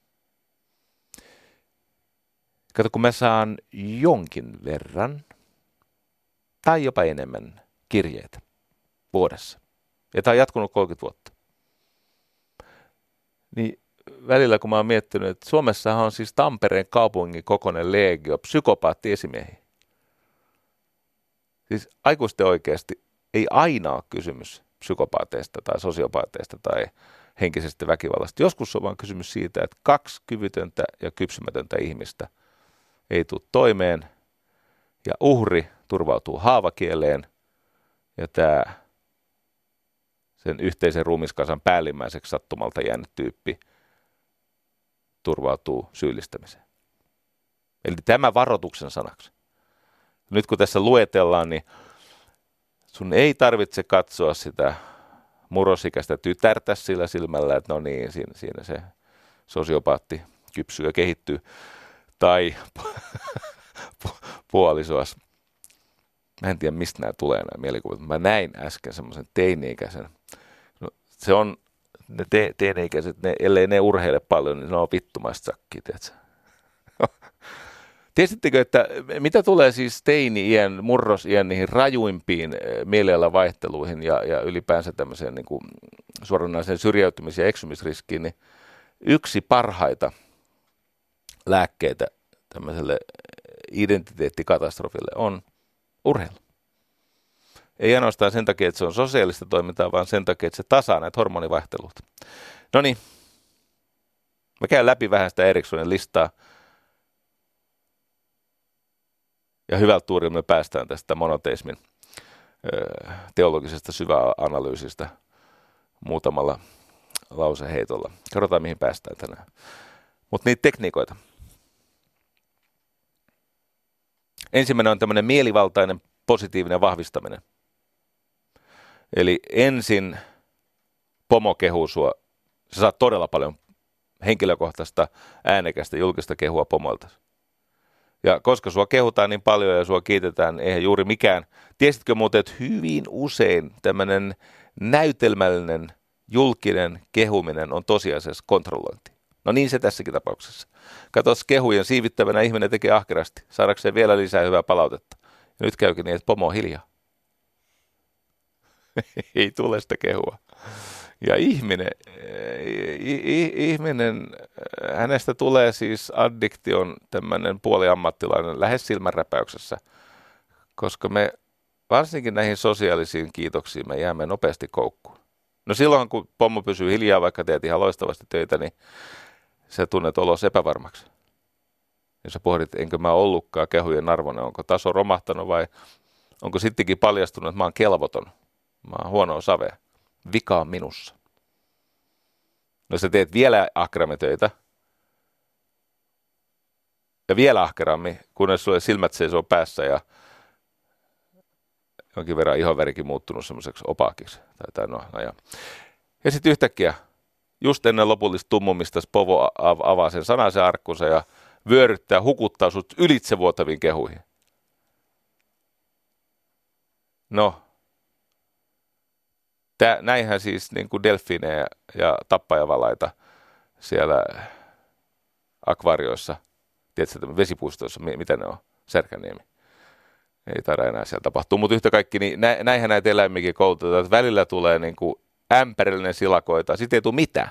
Kato, kun mä saan jonkin verran tai jopa enemmän kirjeitä vuodessa, ja tämä on jatkunut 30 vuotta, niin välillä kun mä oon miettinyt, että Suomessahan on siis Tampereen kaupungin kokoinen legio psykopaattiesimiehistä. Siis aikuisten oikeasti ei aina ole kysymys psykopaateista tai sosiopaateista tai henkisestä väkivallasta. Joskus on vaan kysymys siitä, että 2 kyvytöntä ja kypsymätöntä ihmistä ei tule toimeen ja uhri turvautuu haavakieleen ja tämä sen yhteisen ruumiskasan päällimmäiseksi sattumalta jäänyt tyyppi turvautuu syyllistämiseen. Eli tämä varoituksen sanaksi. Nyt kun tässä luetellaan, niin sun ei tarvitse katsoa sitä murrosikäistä tytärtä sillä silmällä, että no niin, siinä se sosiopaatti kypsyy ja kehittyy. Tai puolisoas. Mä en tiedä, mistä nämä tulee nämä mielikuvat. Mä näin äsken semmoisen teini-ikäisen. No, se on, ne teini-ikäiset, ellei ne urheile paljon, niin ne on vittumaista sakkia, tiedätkö? Tiesittekö, että mitä tulee siis teini-iän, murrosiän niihin rajuimpiin mielialavaihteluihin ja ylipäänsä tämmöiseen niin kuin suoranaiseen syrjäytymis- ja eksymisriskiin, niin yksi parhaita lääkkeitä tämmöiselle identiteettikatastrofille on urheilu. Ei ainoastaan sen takia, että se on sosiaalista toimintaa, vaan sen takia, että se tasaa näitä hormonivaihteluita. No niin, mä käyn läpi vähän sitä Erikssonin listaa. Ja hyvältä tuurilla me päästään tästä monoteismin teologisesta syväanalyysistä muutamalla lauseheitolla. Katsotaan, mihin päästään tänään. Mutta niitä tekniikoita. Ensimmäinen on tämmöinen mielivaltainen positiivinen vahvistaminen. Eli ensin pomo kehuu sua. Sä saat todella paljon henkilökohtaista, äänekästä, julkista kehua pomoilta. Ja koska sua kehutaan niin paljon ja sua kiitetään, eihän juuri mikään. Tiesitkö muuten, että hyvin usein tämmöinen näytelmällinen, julkinen kehuminen on tosiasiassa kontrollointi. No niin se tässäkin tapauksessa. Katos, kehujen siivittävänä ihminen tekee ahkerasti, saadakseen vielä lisää hyvää palautetta. Ja nyt käykin niin, että pomo on hiljaa. Ei tule sitä kehua. Ja ihminen, hänestä tulee siis addiktion tämmöinen puoliammattilainen lähes silmänräpäyksessä, koska me varsinkin näihin sosiaalisiin kiitoksiin me jäämme nopeasti koukkuun. No silloin kun pomo pysyy hiljaa, vaikka teet ihan loistavasti töitä, niin sä tunnet olos epävarmaksi. Ja sä pohdit, enkö mä ollutkaan kehujen arvoinen, onko taso romahtanut vai onko sittenkin paljastunut, että mä oon kelvoton, mä oon huonoa savea. Vika on minussa. No sä teet vielä ahkerammin töitä. Ja vielä ahkerammin, kunnes sulle silmät seisoo päässä ja jonkin verran ihonvärikin muuttunut semmoiseksi opaakiksi. Ja sitten yhtäkkiä, just ennen lopullista tummumista, povo avaa sen sanaisen arkkunsa ja vyöryttää, hukuttaa sut ylitsevuotaviin kehuihin. No. Näinhän siis niin kuin delfiinejä ja tappajavalaita siellä akvaarioissa, tiedätkö, vesipuistoissa, mitä ne on, Särkänniemi. Ei taida enää siellä tapahtua, mutta yhtä kaikki, niin näinhän näitä eläimiäkin koulutetaan, että välillä tulee niin kuin ämpärillinen silakoita, sitten ei tule mitään.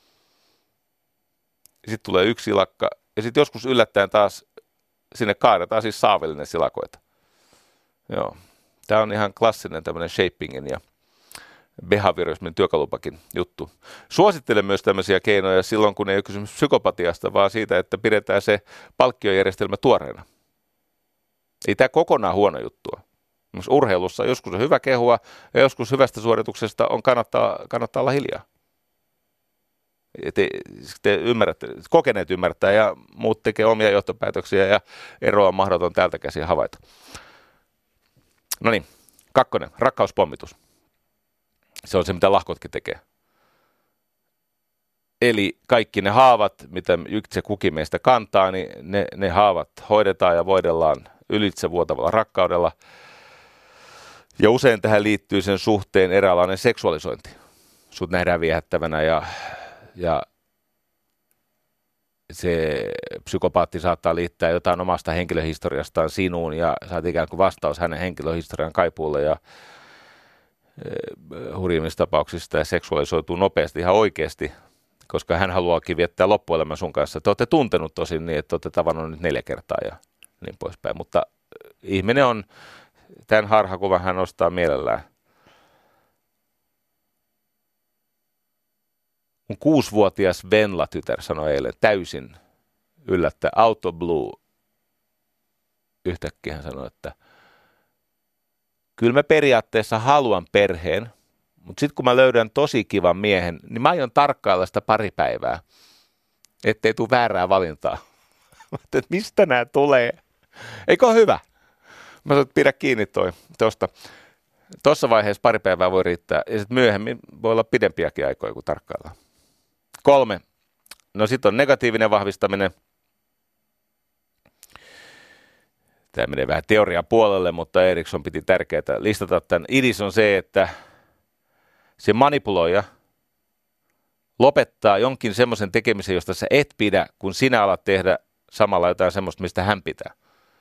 Sitten tulee yksi silakka, ja sitten joskus yllättäen taas sinne kaadetaan siis saavillinen silakoita. Joo. Tämä on ihan klassinen tämmöinen shapingin ja behaviorismin työkalupakin juttu. Suosittelen myös tämmöisiä keinoja silloin, kun ei ole kysymys psykopatiasta, vaan siitä, että pidetään se palkkiojärjestelmä tuoreena. Ei tämä kokonaan huono juttu. Myös urheilussa joskus on hyvä kehua ja joskus hyvästä suorituksesta on kannattaa olla hiljaa. Te ymmärrätte, kokeneet ymmärtää ja muut tekee omia johtopäätöksiä ja eroa on mahdoton täältä käsin havaita. No niin, 2. Rakkauspommitus. Se on se, mitä lahkotkin tekee. Eli kaikki ne haavat, mitä itse kukin meistä kantaa, niin ne haavat hoidetaan ja voidellaan ylitsevuotavalla rakkaudella. Ja usein tähän liittyy sen suhteen eräänlainen seksuaalisointi. Sut nähdään viehättävänä ja se psykopaatti saattaa liittää jotain omasta henkilöhistoriastaan sinuun ja saat ikään kuin vastaus hänen henkilöhistorian kaipuulle ja hurjimistapauksista ja seksuaalisoituu nopeasti ihan oikeasti, koska hän haluaakin viettää loppuelämän sun kanssa. Te olette tuntenut tosin niin, että olette tavannut nyt 4 kertaa ja niin poispäin, mutta ihminen on tämän harhakuvan hän ostaa mielellään. Mun 6-vuotias Venla-tytär sanoi eilen täysin yllättäen, out of blue. Yhtäkkiä hän sanoi, että kyllä mä periaatteessa haluan perheen, mutta sitten kun mä löydän tosi kivan miehen, niin mä aion tarkkailla sitä pari päivää, ettei tule väärää valintaa. Että mistä nämä tulee? Eikö ole hyvä? Mä sanoin, että pidä kiinni tuosta. Tuossa vaiheessa pari päivää voi riittää, ja sitten myöhemmin voi olla pidempiäkin aikoja, kun tarkkaillaan. 3. No sitten on negatiivinen vahvistaminen. Tämä menee vähän teorian puolelle, mutta Eriksson piti tärkeää listata tämän. Idis on se, että se manipuloija lopettaa jonkin semmoisen tekemisen, josta sä et pidä, kun sinä alat tehdä samalla jotain semmoista, mistä hän pitää.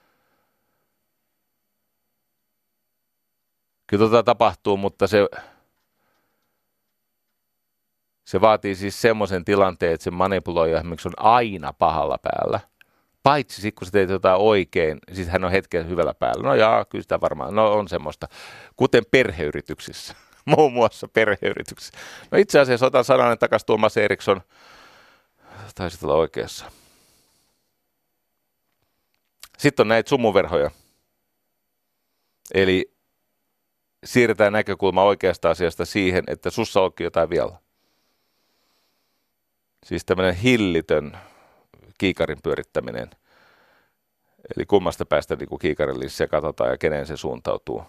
Kyllä tapahtuu, mutta se vaatii siis semmoisen tilanteen, että se manipuloija esimerkiksi on aina pahalla päällä. Paitsi sitten, kun sä teet jotain oikein, siis hän on hetken hyvällä päällä. No jaa, kyllä sitä varmaan, no on semmoista. Kuten perheyrityksissä, muun muassa perheyrityksissä. No itse asiassa otan sananen takaisin Tuomas Eriksson. Taisit olla oikeassa. Sitten on näitä sumuverhoja. Eli siirretään näkökulma oikeasta asiasta siihen, että sussa onkin jotain vielä. Siis tämmöinen hillitön kiikarin pyörittäminen. Eli kummasta päästä niin kuin kiikarin lissiä katsotaan ja kenen se suuntautuu.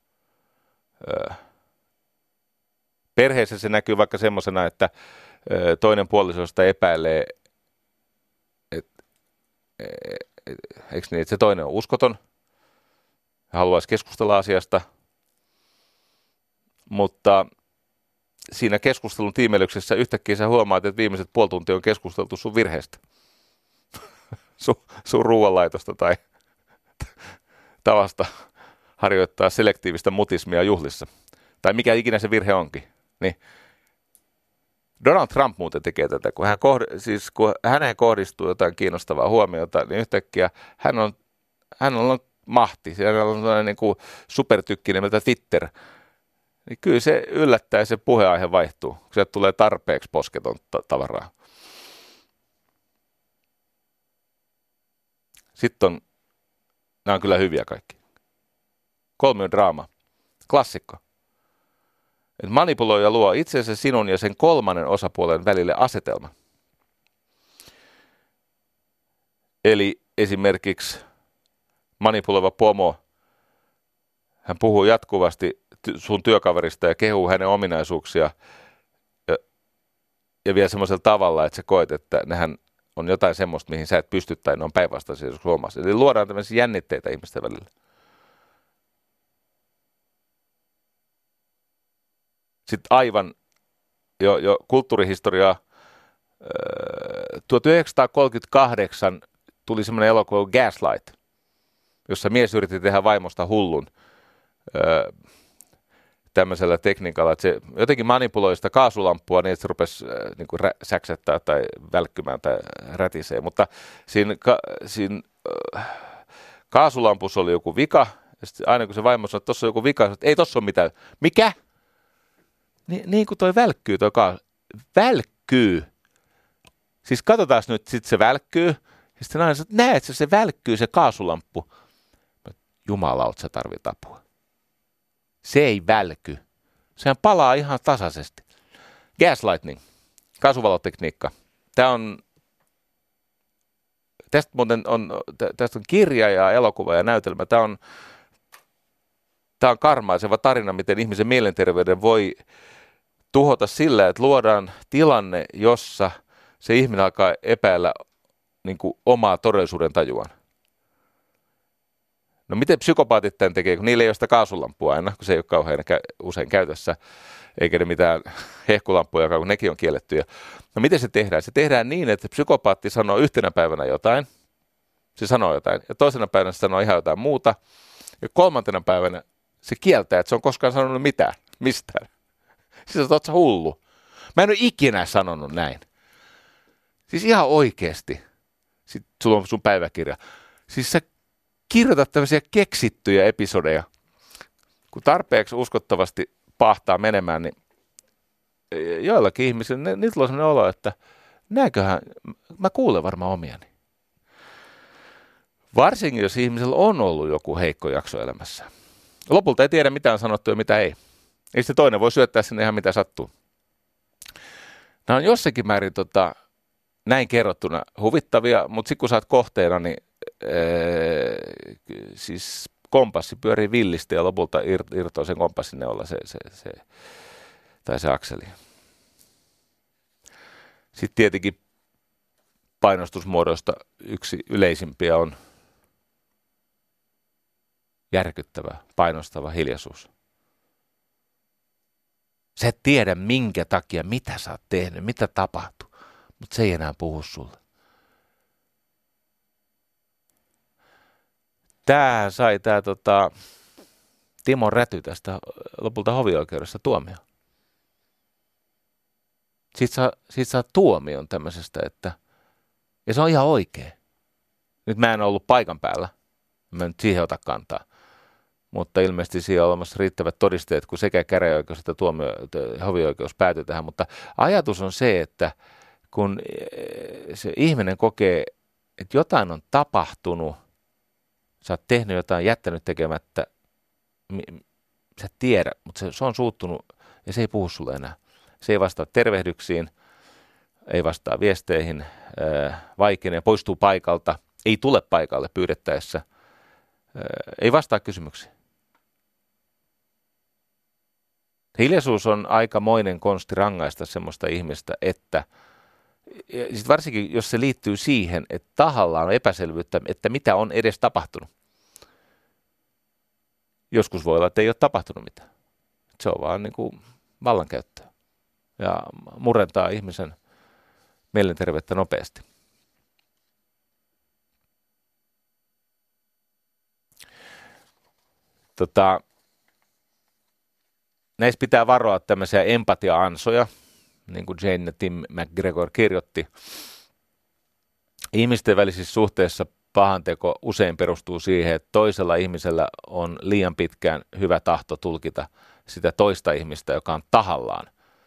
Perheessä se näkyy vaikka semmoisena, että toinen puolisosta epäilee, eikö niin, että se toinen on uskoton, haluaisi keskustella asiasta, mutta siinä keskustelun tiimelyksessä yhtäkkiä sä huomaat, että viimeiset puoli tuntia on keskusteltu sun virheestä. sun ruoanlaitosta tai tavasta harjoittaa selektiivistä mutismia juhlissa. Tai mikä ikinä se virhe onkin. Niin Donald Trump muuten tekee tätä, kun häneen kohdistuu jotain kiinnostavaa huomiota, niin yhtäkkiä hän on mahti. Siellä on sellainen niin kuin supertykki nimeltä Twitter. Niin kyllä se yllättää ja se puheaihe vaihtuu, kun sieltä tulee tarpeeksi posketon tavaraa. Sitten nämä on kyllä hyviä kaikki. Kolmiodraama. Klassikko. Et manipuloija luo itsensä sinun ja sen kolmannen osapuolen välille asetelma. Eli esimerkiksi manipuloiva pomo, hän puhuu jatkuvasti sun työkaverista ja kehuu hänen ominaisuuksia ja vielä semmoisella tavalla, että sä koet, että nehän on jotain semmoista, mihin sä et pysty tai ne on päinvastaisia joskus omassa. Eli luodaan tämmöisiä jännitteitä ihmisten välillä. Sitten aivan jo kulttuurihistoriaa 1938 tuli semmoinen elokuva Gaslight, jossa mies yritti tehdä vaimosta hullun tämmöisellä tekniikalla, että se jotenkin manipuloi sitä kaasulampua niin, että se rupesi niin kuin säksättää tai välkkymään tai rätisee. Mutta siinä kaasulampussa oli joku vika, ja sitten aina kun se vaimo sanoi, että tuossa on joku vika, että ei tuossa ole mitään. Mikä? Niin kuin toi välkkyy, toi välkkyy. Siis katsotaan nyt, sitten se välkkyy, ja sitten aina sanoo, että näetkö, se välkkyy se kaasulamppu. Jumalauta, sä tarvit apua. Se ei välky. Sehän palaa ihan tasaisesti. Gaslighting, kaasuvalotekniikka. Tästä on kirja ja elokuva ja näytelmä. Tämä on karmaiseva tarina, miten ihmisen mielenterveyden voi tuhota sillä, että luodaan tilanne, jossa se ihminen alkaa epäillä niin kuin omaa todellisuuden tajuaan. No miten psykopaatit tämän tekee, kun niillä ei ole sitä kaasulampua aina, kun se ei ole kauhean usein käytössä, eikä ne mitään hehkulampuja, kun nekin on kiellettyjä. No miten se tehdään? Se tehdään niin, että psykopaatti sanoo yhtenä päivänä jotain, se sanoo jotain, ja toisena päivänä se sanoo ihan jotain muuta, ja kolmantena päivänä se kieltää, että se on koskaan sanonut mitään, mistään. Siis oot sä hullu. Mä en ole ikinä sanonut näin. Siis ihan oikeasti. Sitten sulla on sun päiväkirja. Siis sä kirjoitat tämmöisiä keksittyjä episodeja. Kun tarpeeksi uskottavasti pahtaa menemään, niin joillakin ihmisillä, niillä on sellainen olo, että näköhän, mä kuulen varmaan omiani. Varsinkin, jos ihmisellä on ollut joku heikko jakso elämässä. Lopulta ei tiedä, mitä on sanottu ja mitä ei. Ja sitten toinen voi syöttää sinne ihan mitä sattuu. Nämä on jossakin määrin näin kerrottuna huvittavia, mutta sitten kun sä oot kohteena, niin siis kompassi pyörii villisti ja lopulta irtoaa sen kompassin neulla se akseli. Sitten tietenkin painostusmuodoista yksi yleisimpiä on järkyttävä, painostava hiljaisuus. Sä et tiedä minkä takia, mitä sä oot tehnyt, mitä tapahtuu, mutta se ei enää puhu sulle. tämähän sai Timo Räty tästä lopulta hovioikeudessa tuomio. Siitä saa tuomion tämmöisestä, ja se on ihan oikein. Nyt mä en ollut paikan päällä, mä en nyt siihen ota kantaa, mutta ilmeisesti siinä on olemassa riittävät todisteet, kun sekä käräjäoikeus että hovioikeus päätyi tähän, mutta ajatus on se, että kun se ihminen kokee, että jotain on tapahtunut, sä oot tehnyt jotain, jättänyt tekemättä, sä tiedät, mutta se on suuttunut ja se ei puhu sulle enää. Se ei vastaa tervehdyksiin, ei vastaa viesteihin, vaikenee, poistuu paikalta, ei tule paikalle pyydettäessä, ei vastaa kysymyksiin. Hiljaisuus on aikamoinen konsti rangaista semmoista ihmistä, että sit varsinkin jos se liittyy siihen, että tahallaan on epäselvyyttä, että mitä on edes tapahtunut. Joskus voi olla, että ei ole tapahtunut mitään. Se on vaan niin kuin vallankäyttöä ja murentaa ihmisen mielenterveyttä nopeasti. Näissä pitää varoa tämmöisiä empatia-ansoja, niin kuin Jane ja Tim McGregor kirjoitti. Ihmisten välisissä suhteissa pahanteko usein perustuu siihen, että toisella ihmisellä on liian pitkään hyvä tahto tulkita sitä toista ihmistä, joka on tahallaan,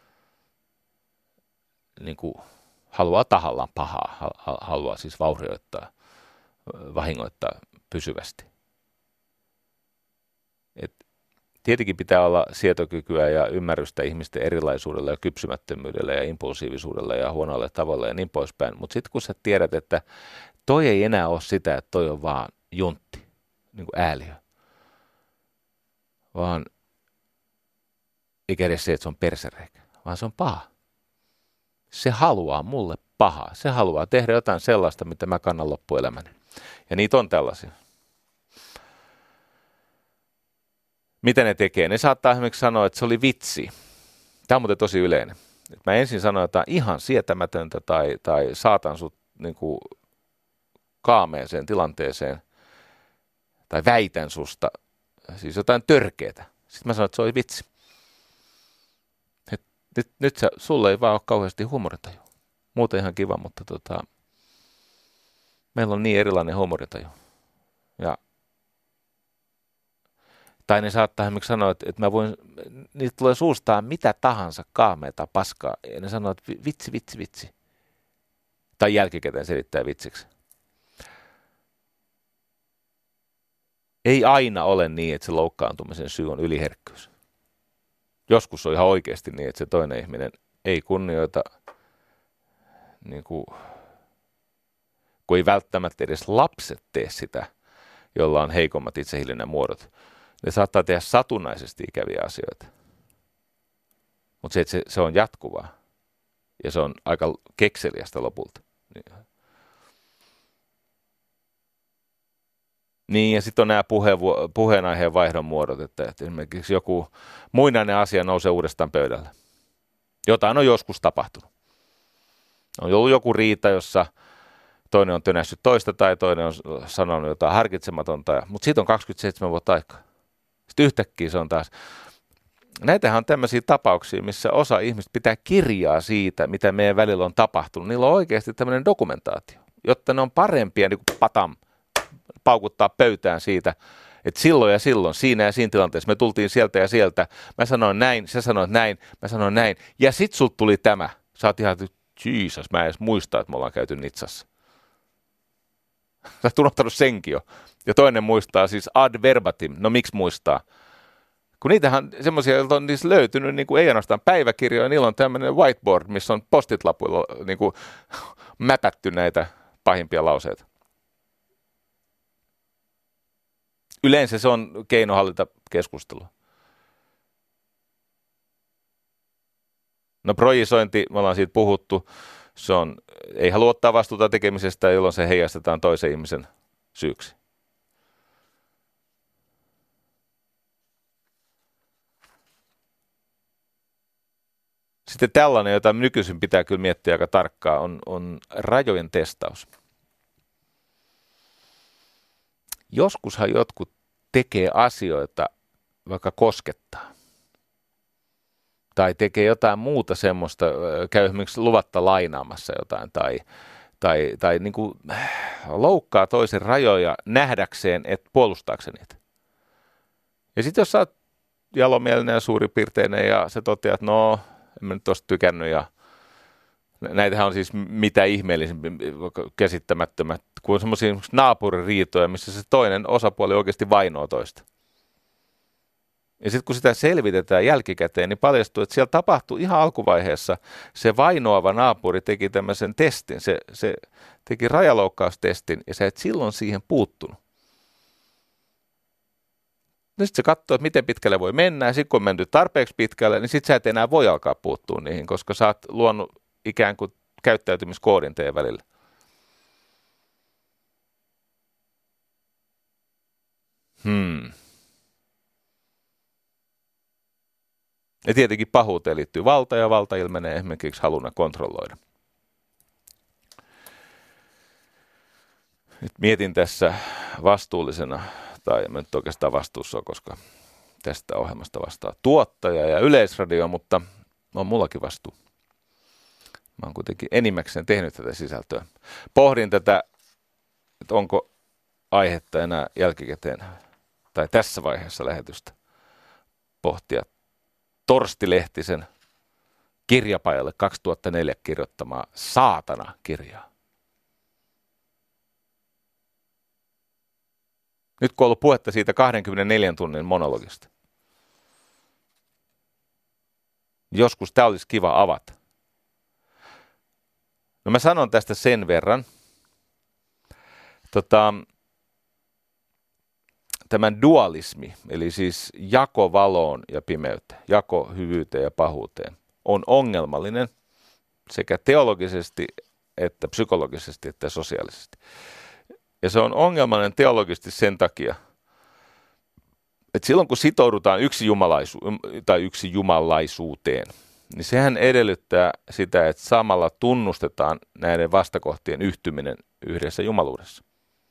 niin kuin haluaa tahallaan pahaa, haluaa siis vaurioittaa, vahingoittaa pysyvästi. Tietenkin pitää olla sietokykyä ja ymmärrystä ihmisten erilaisuudella ja kypsymättömyydellä ja impulsiivisuudella ja huonoilla tavalla ja niin poispäin. Mutta sitten kun sä tiedät, että toi ei enää ole sitä, että toi on vaan juntti, niin kuin ääliö, vaan eikä edes se, että se on persereikä, vaan se on paha. Se haluaa mulle pahaa. Se haluaa tehdä jotain sellaista, mitä mä kannan loppuelämäni. Ja niitä on tällaisia. Mitä ne tekee? Ne saattaa esimerkiksi sanoa, että se oli vitsi. Tämä on muuten tosi yleinen. Mä ensin sanon jotain ihan sietämätöntä tai saatan sut niin kuin kaameeseen tilanteeseen tai väitän susta, siis jotain törkeetä. Sitten mä sanon, että se oli vitsi. Nyt sulle ei vaan ole kauheasti huumorintaju. Muuten ihan kiva, mutta meillä on niin erilainen huumorintaju. Tai ne saattaa esimerkiksi sanoa, että mä voin, niitä tulee suustaan mitä tahansa kaameita paskaa. Ja ne sanoo, että vitsi. Tai jälkikäteen selittää vitsiksi. Ei aina ole niin, että se loukkaantumisen syy on yliherkkyys. Joskus on ihan oikeasti niin, että se toinen ihminen ei kunnioita, niin kuin, kun ei välttämättä edes lapset tee sitä, jolla on heikommat itsehillinnän muodot. Ne saattaa tehdä satunnaisesti ikäviä asioita, mutta se on jatkuvaa ja se on aika kekseliästä lopulta. Niin, ja sitten on nämä puheenaiheen vaihdon muodot, että esimerkiksi joku muinainen asia nousee uudestaan pöydälle. Jotain on joskus tapahtunut. On ollut joku riita, jossa toinen on tönässyt toista tai toinen on sanonut jotain harkitsematonta, mutta siitä on 27 vuotta aikaa. Sitten yhtäkkiä se on taas. Näitähän on tämmöisiä tapauksia, missä osa ihmistä pitää kirjaa siitä, mitä meidän välillä on tapahtunut. Niillä on oikeasti tämmöinen dokumentaatio, jotta ne on parempia niin kuin paukuttaa pöytään siitä, että silloin ja silloin, siinä ja siinä tilanteessa, me tultiin sieltä ja sieltä, mä sanoin näin, sä sanoit näin, mä sanoin näin, ja sit sulta tuli tämä. Sä oot ihan, Jesus, mä en edes muista, että me ollaan käyty Nitsassa. Sä oot unohtanut senkin jo. Ja toinen muistaa siis ad verbatim. No miksi muistaa? Kun niitähän semmoisia, joilta on niissä löytynyt, niin kuin ei ainoastaan päiväkirjoja, niillä on tämmöinen whiteboard, missä on postit-lapuilla niin kuin mäpätty näitä pahimpia lauseita. Yleensä se on keino hallita keskustelua. No projisointi, me ollaan siitä puhuttu, se on, ei halua ottaa vastuuta tekemisestä, jolloin se heijastetaan toisen ihmisen syyksi. Sitten tällainen, jota nykyisin pitää kyllä miettiä aika tarkkaan, on rajojen testaus. joskushan jotkut tekee asioita, vaikka koskettaa. Tai tekee jotain muuta semmoista, käy esimerkiksi luvatta lainaamassa jotain, tai niin kuin loukkaa toisen rajoja nähdäkseen, että puolustaakseen niitä. Ja sitten jos sä oot jalomielinen ja suuripiirteinen ja sä toteat, että no, en mä nyt tosta tykännyt ja näitähän on siis mitä ihmeellisempi, käsittämättömät, kuin on semmoisia naapuririitoja, missä se toinen osapuoli oikeasti vainoo toista. Ja sitten kun sitä selvitetään jälkikäteen, niin paljastuu, että siellä tapahtui ihan alkuvaiheessa se vainoava naapuri teki tämmöisen testin, se teki rajaloukkaustestin ja sä et silloin siihen puuttunut. No sitten se katsoo, että miten pitkälle voi mennä ja sitten kun on menty tarpeeksi pitkälle, niin sitten sä et enää voi alkaa puuttua niihin, koska sä oot luonut ikään kuin käyttäytymiskoodin teidän välillä. Ja tietenkin pahuuteen liittyy valta, ja valta ilmenee esimerkiksi haluna kontrolloida. Nyt mietin tässä vastuullisena, tai en nyt oikeastaan vastuussa ole, koska tästä ohjelmasta vastaa tuottaja ja Yleisradio, mutta on mullakin vastuu. Mä oon kuitenkin enimmäkseen tehnyt tätä sisältöä. Pohdin tätä, että onko aihetta enää jälkikäteen, tai tässä vaiheessa lähetystä, pohtia Torsti Lehtisen kirjapajalle 2004 kirjoittamaa Saatana-kirjaa. Nyt kun on ollut puhetta siitä 24 tunnin monologista. Joskus tämä olisi kiva avata. No mä sanon tästä sen verran. Tämän dualismi, eli siis jako valoon ja pimeyteen, jako hyvyyteen ja pahuuteen, on ongelmallinen sekä teologisesti, että psykologisesti, että sosiaalisesti. Ja se on ongelmallinen teologisesti sen takia, että silloin kun sitoudutaan yksi jumalaisuuteen, niin sehän edellyttää sitä, että samalla tunnustetaan näiden vastakohtien yhtyminen yhdessä jumaluudessa.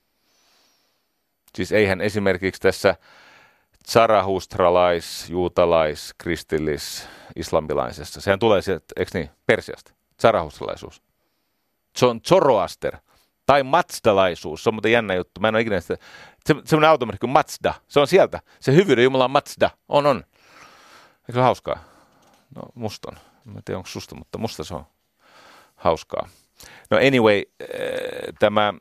Siis eihän esimerkiksi tässä zarahustralais, juutalais, kristillis, islamilaisessa, sehän tulee sieltä, eikö niin, Persiasta, zarahustralaisuus. Se on Zoroaster tai mazdalaisuus, se on muuten jännä juttu, mä en ole ikinä sitä, semmoinen automerkki kuin Mazda, se on sieltä, se hyvyyden jumala on Mazda, on. Eikö se ole hauskaa? No musta on, en tiedä onko susta, mutta musta se on hauskaa. No anyway, tämä...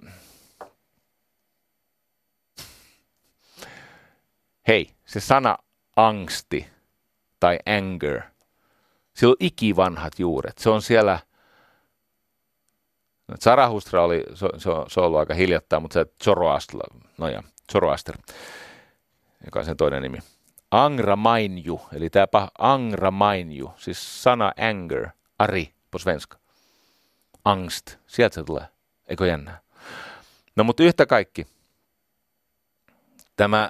Hei, se sana angsti tai anger, sillä on ikivanhat juuret. Se on siellä, Zarahustra oli, se on ollut aika hiljattain, mutta se Zoroaster, joka on sen toinen nimi. Angra mainju, eli tämä angra mainju, siis sana anger, ari på svenska. Angst, sieltä se tulee, eikö jännää? No mutta yhtä kaikki, tämä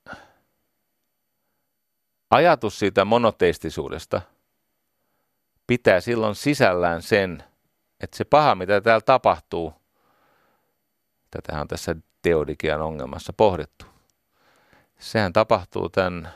ajatus siitä monoteistisuudesta pitää silloin sisällään sen, että se paha, mitä täällä tapahtuu, tätähän on tässä teodikian ongelmassa pohdittu, sehän tapahtuu tämän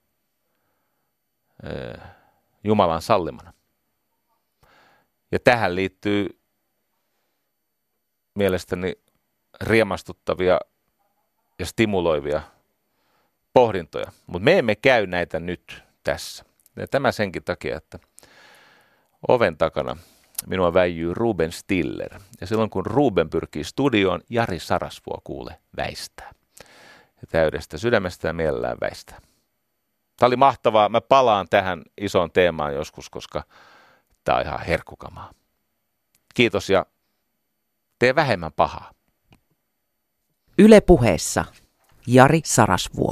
Jumalan sallimana. Ja tähän liittyy mielestäni riemastuttavia ja stimuloivia pohdintoja, mutta me emme käy näitä nyt tässä. Ja tämä senkin takia, että oven takana minua väijyy Ruben Stiller. Ja silloin kun Ruben pyrkii studioon, Jari Sarasvuo kuule väistää. Ja täydestä sydämestä ja mielellään väistää. Tämä oli mahtavaa. Mä palaan tähän isoon teemaan joskus, koska tämä on ihan herkkukamaa. Kiitos ja tee vähemmän pahaa. Yle Puheessa Jari Sarasvuo.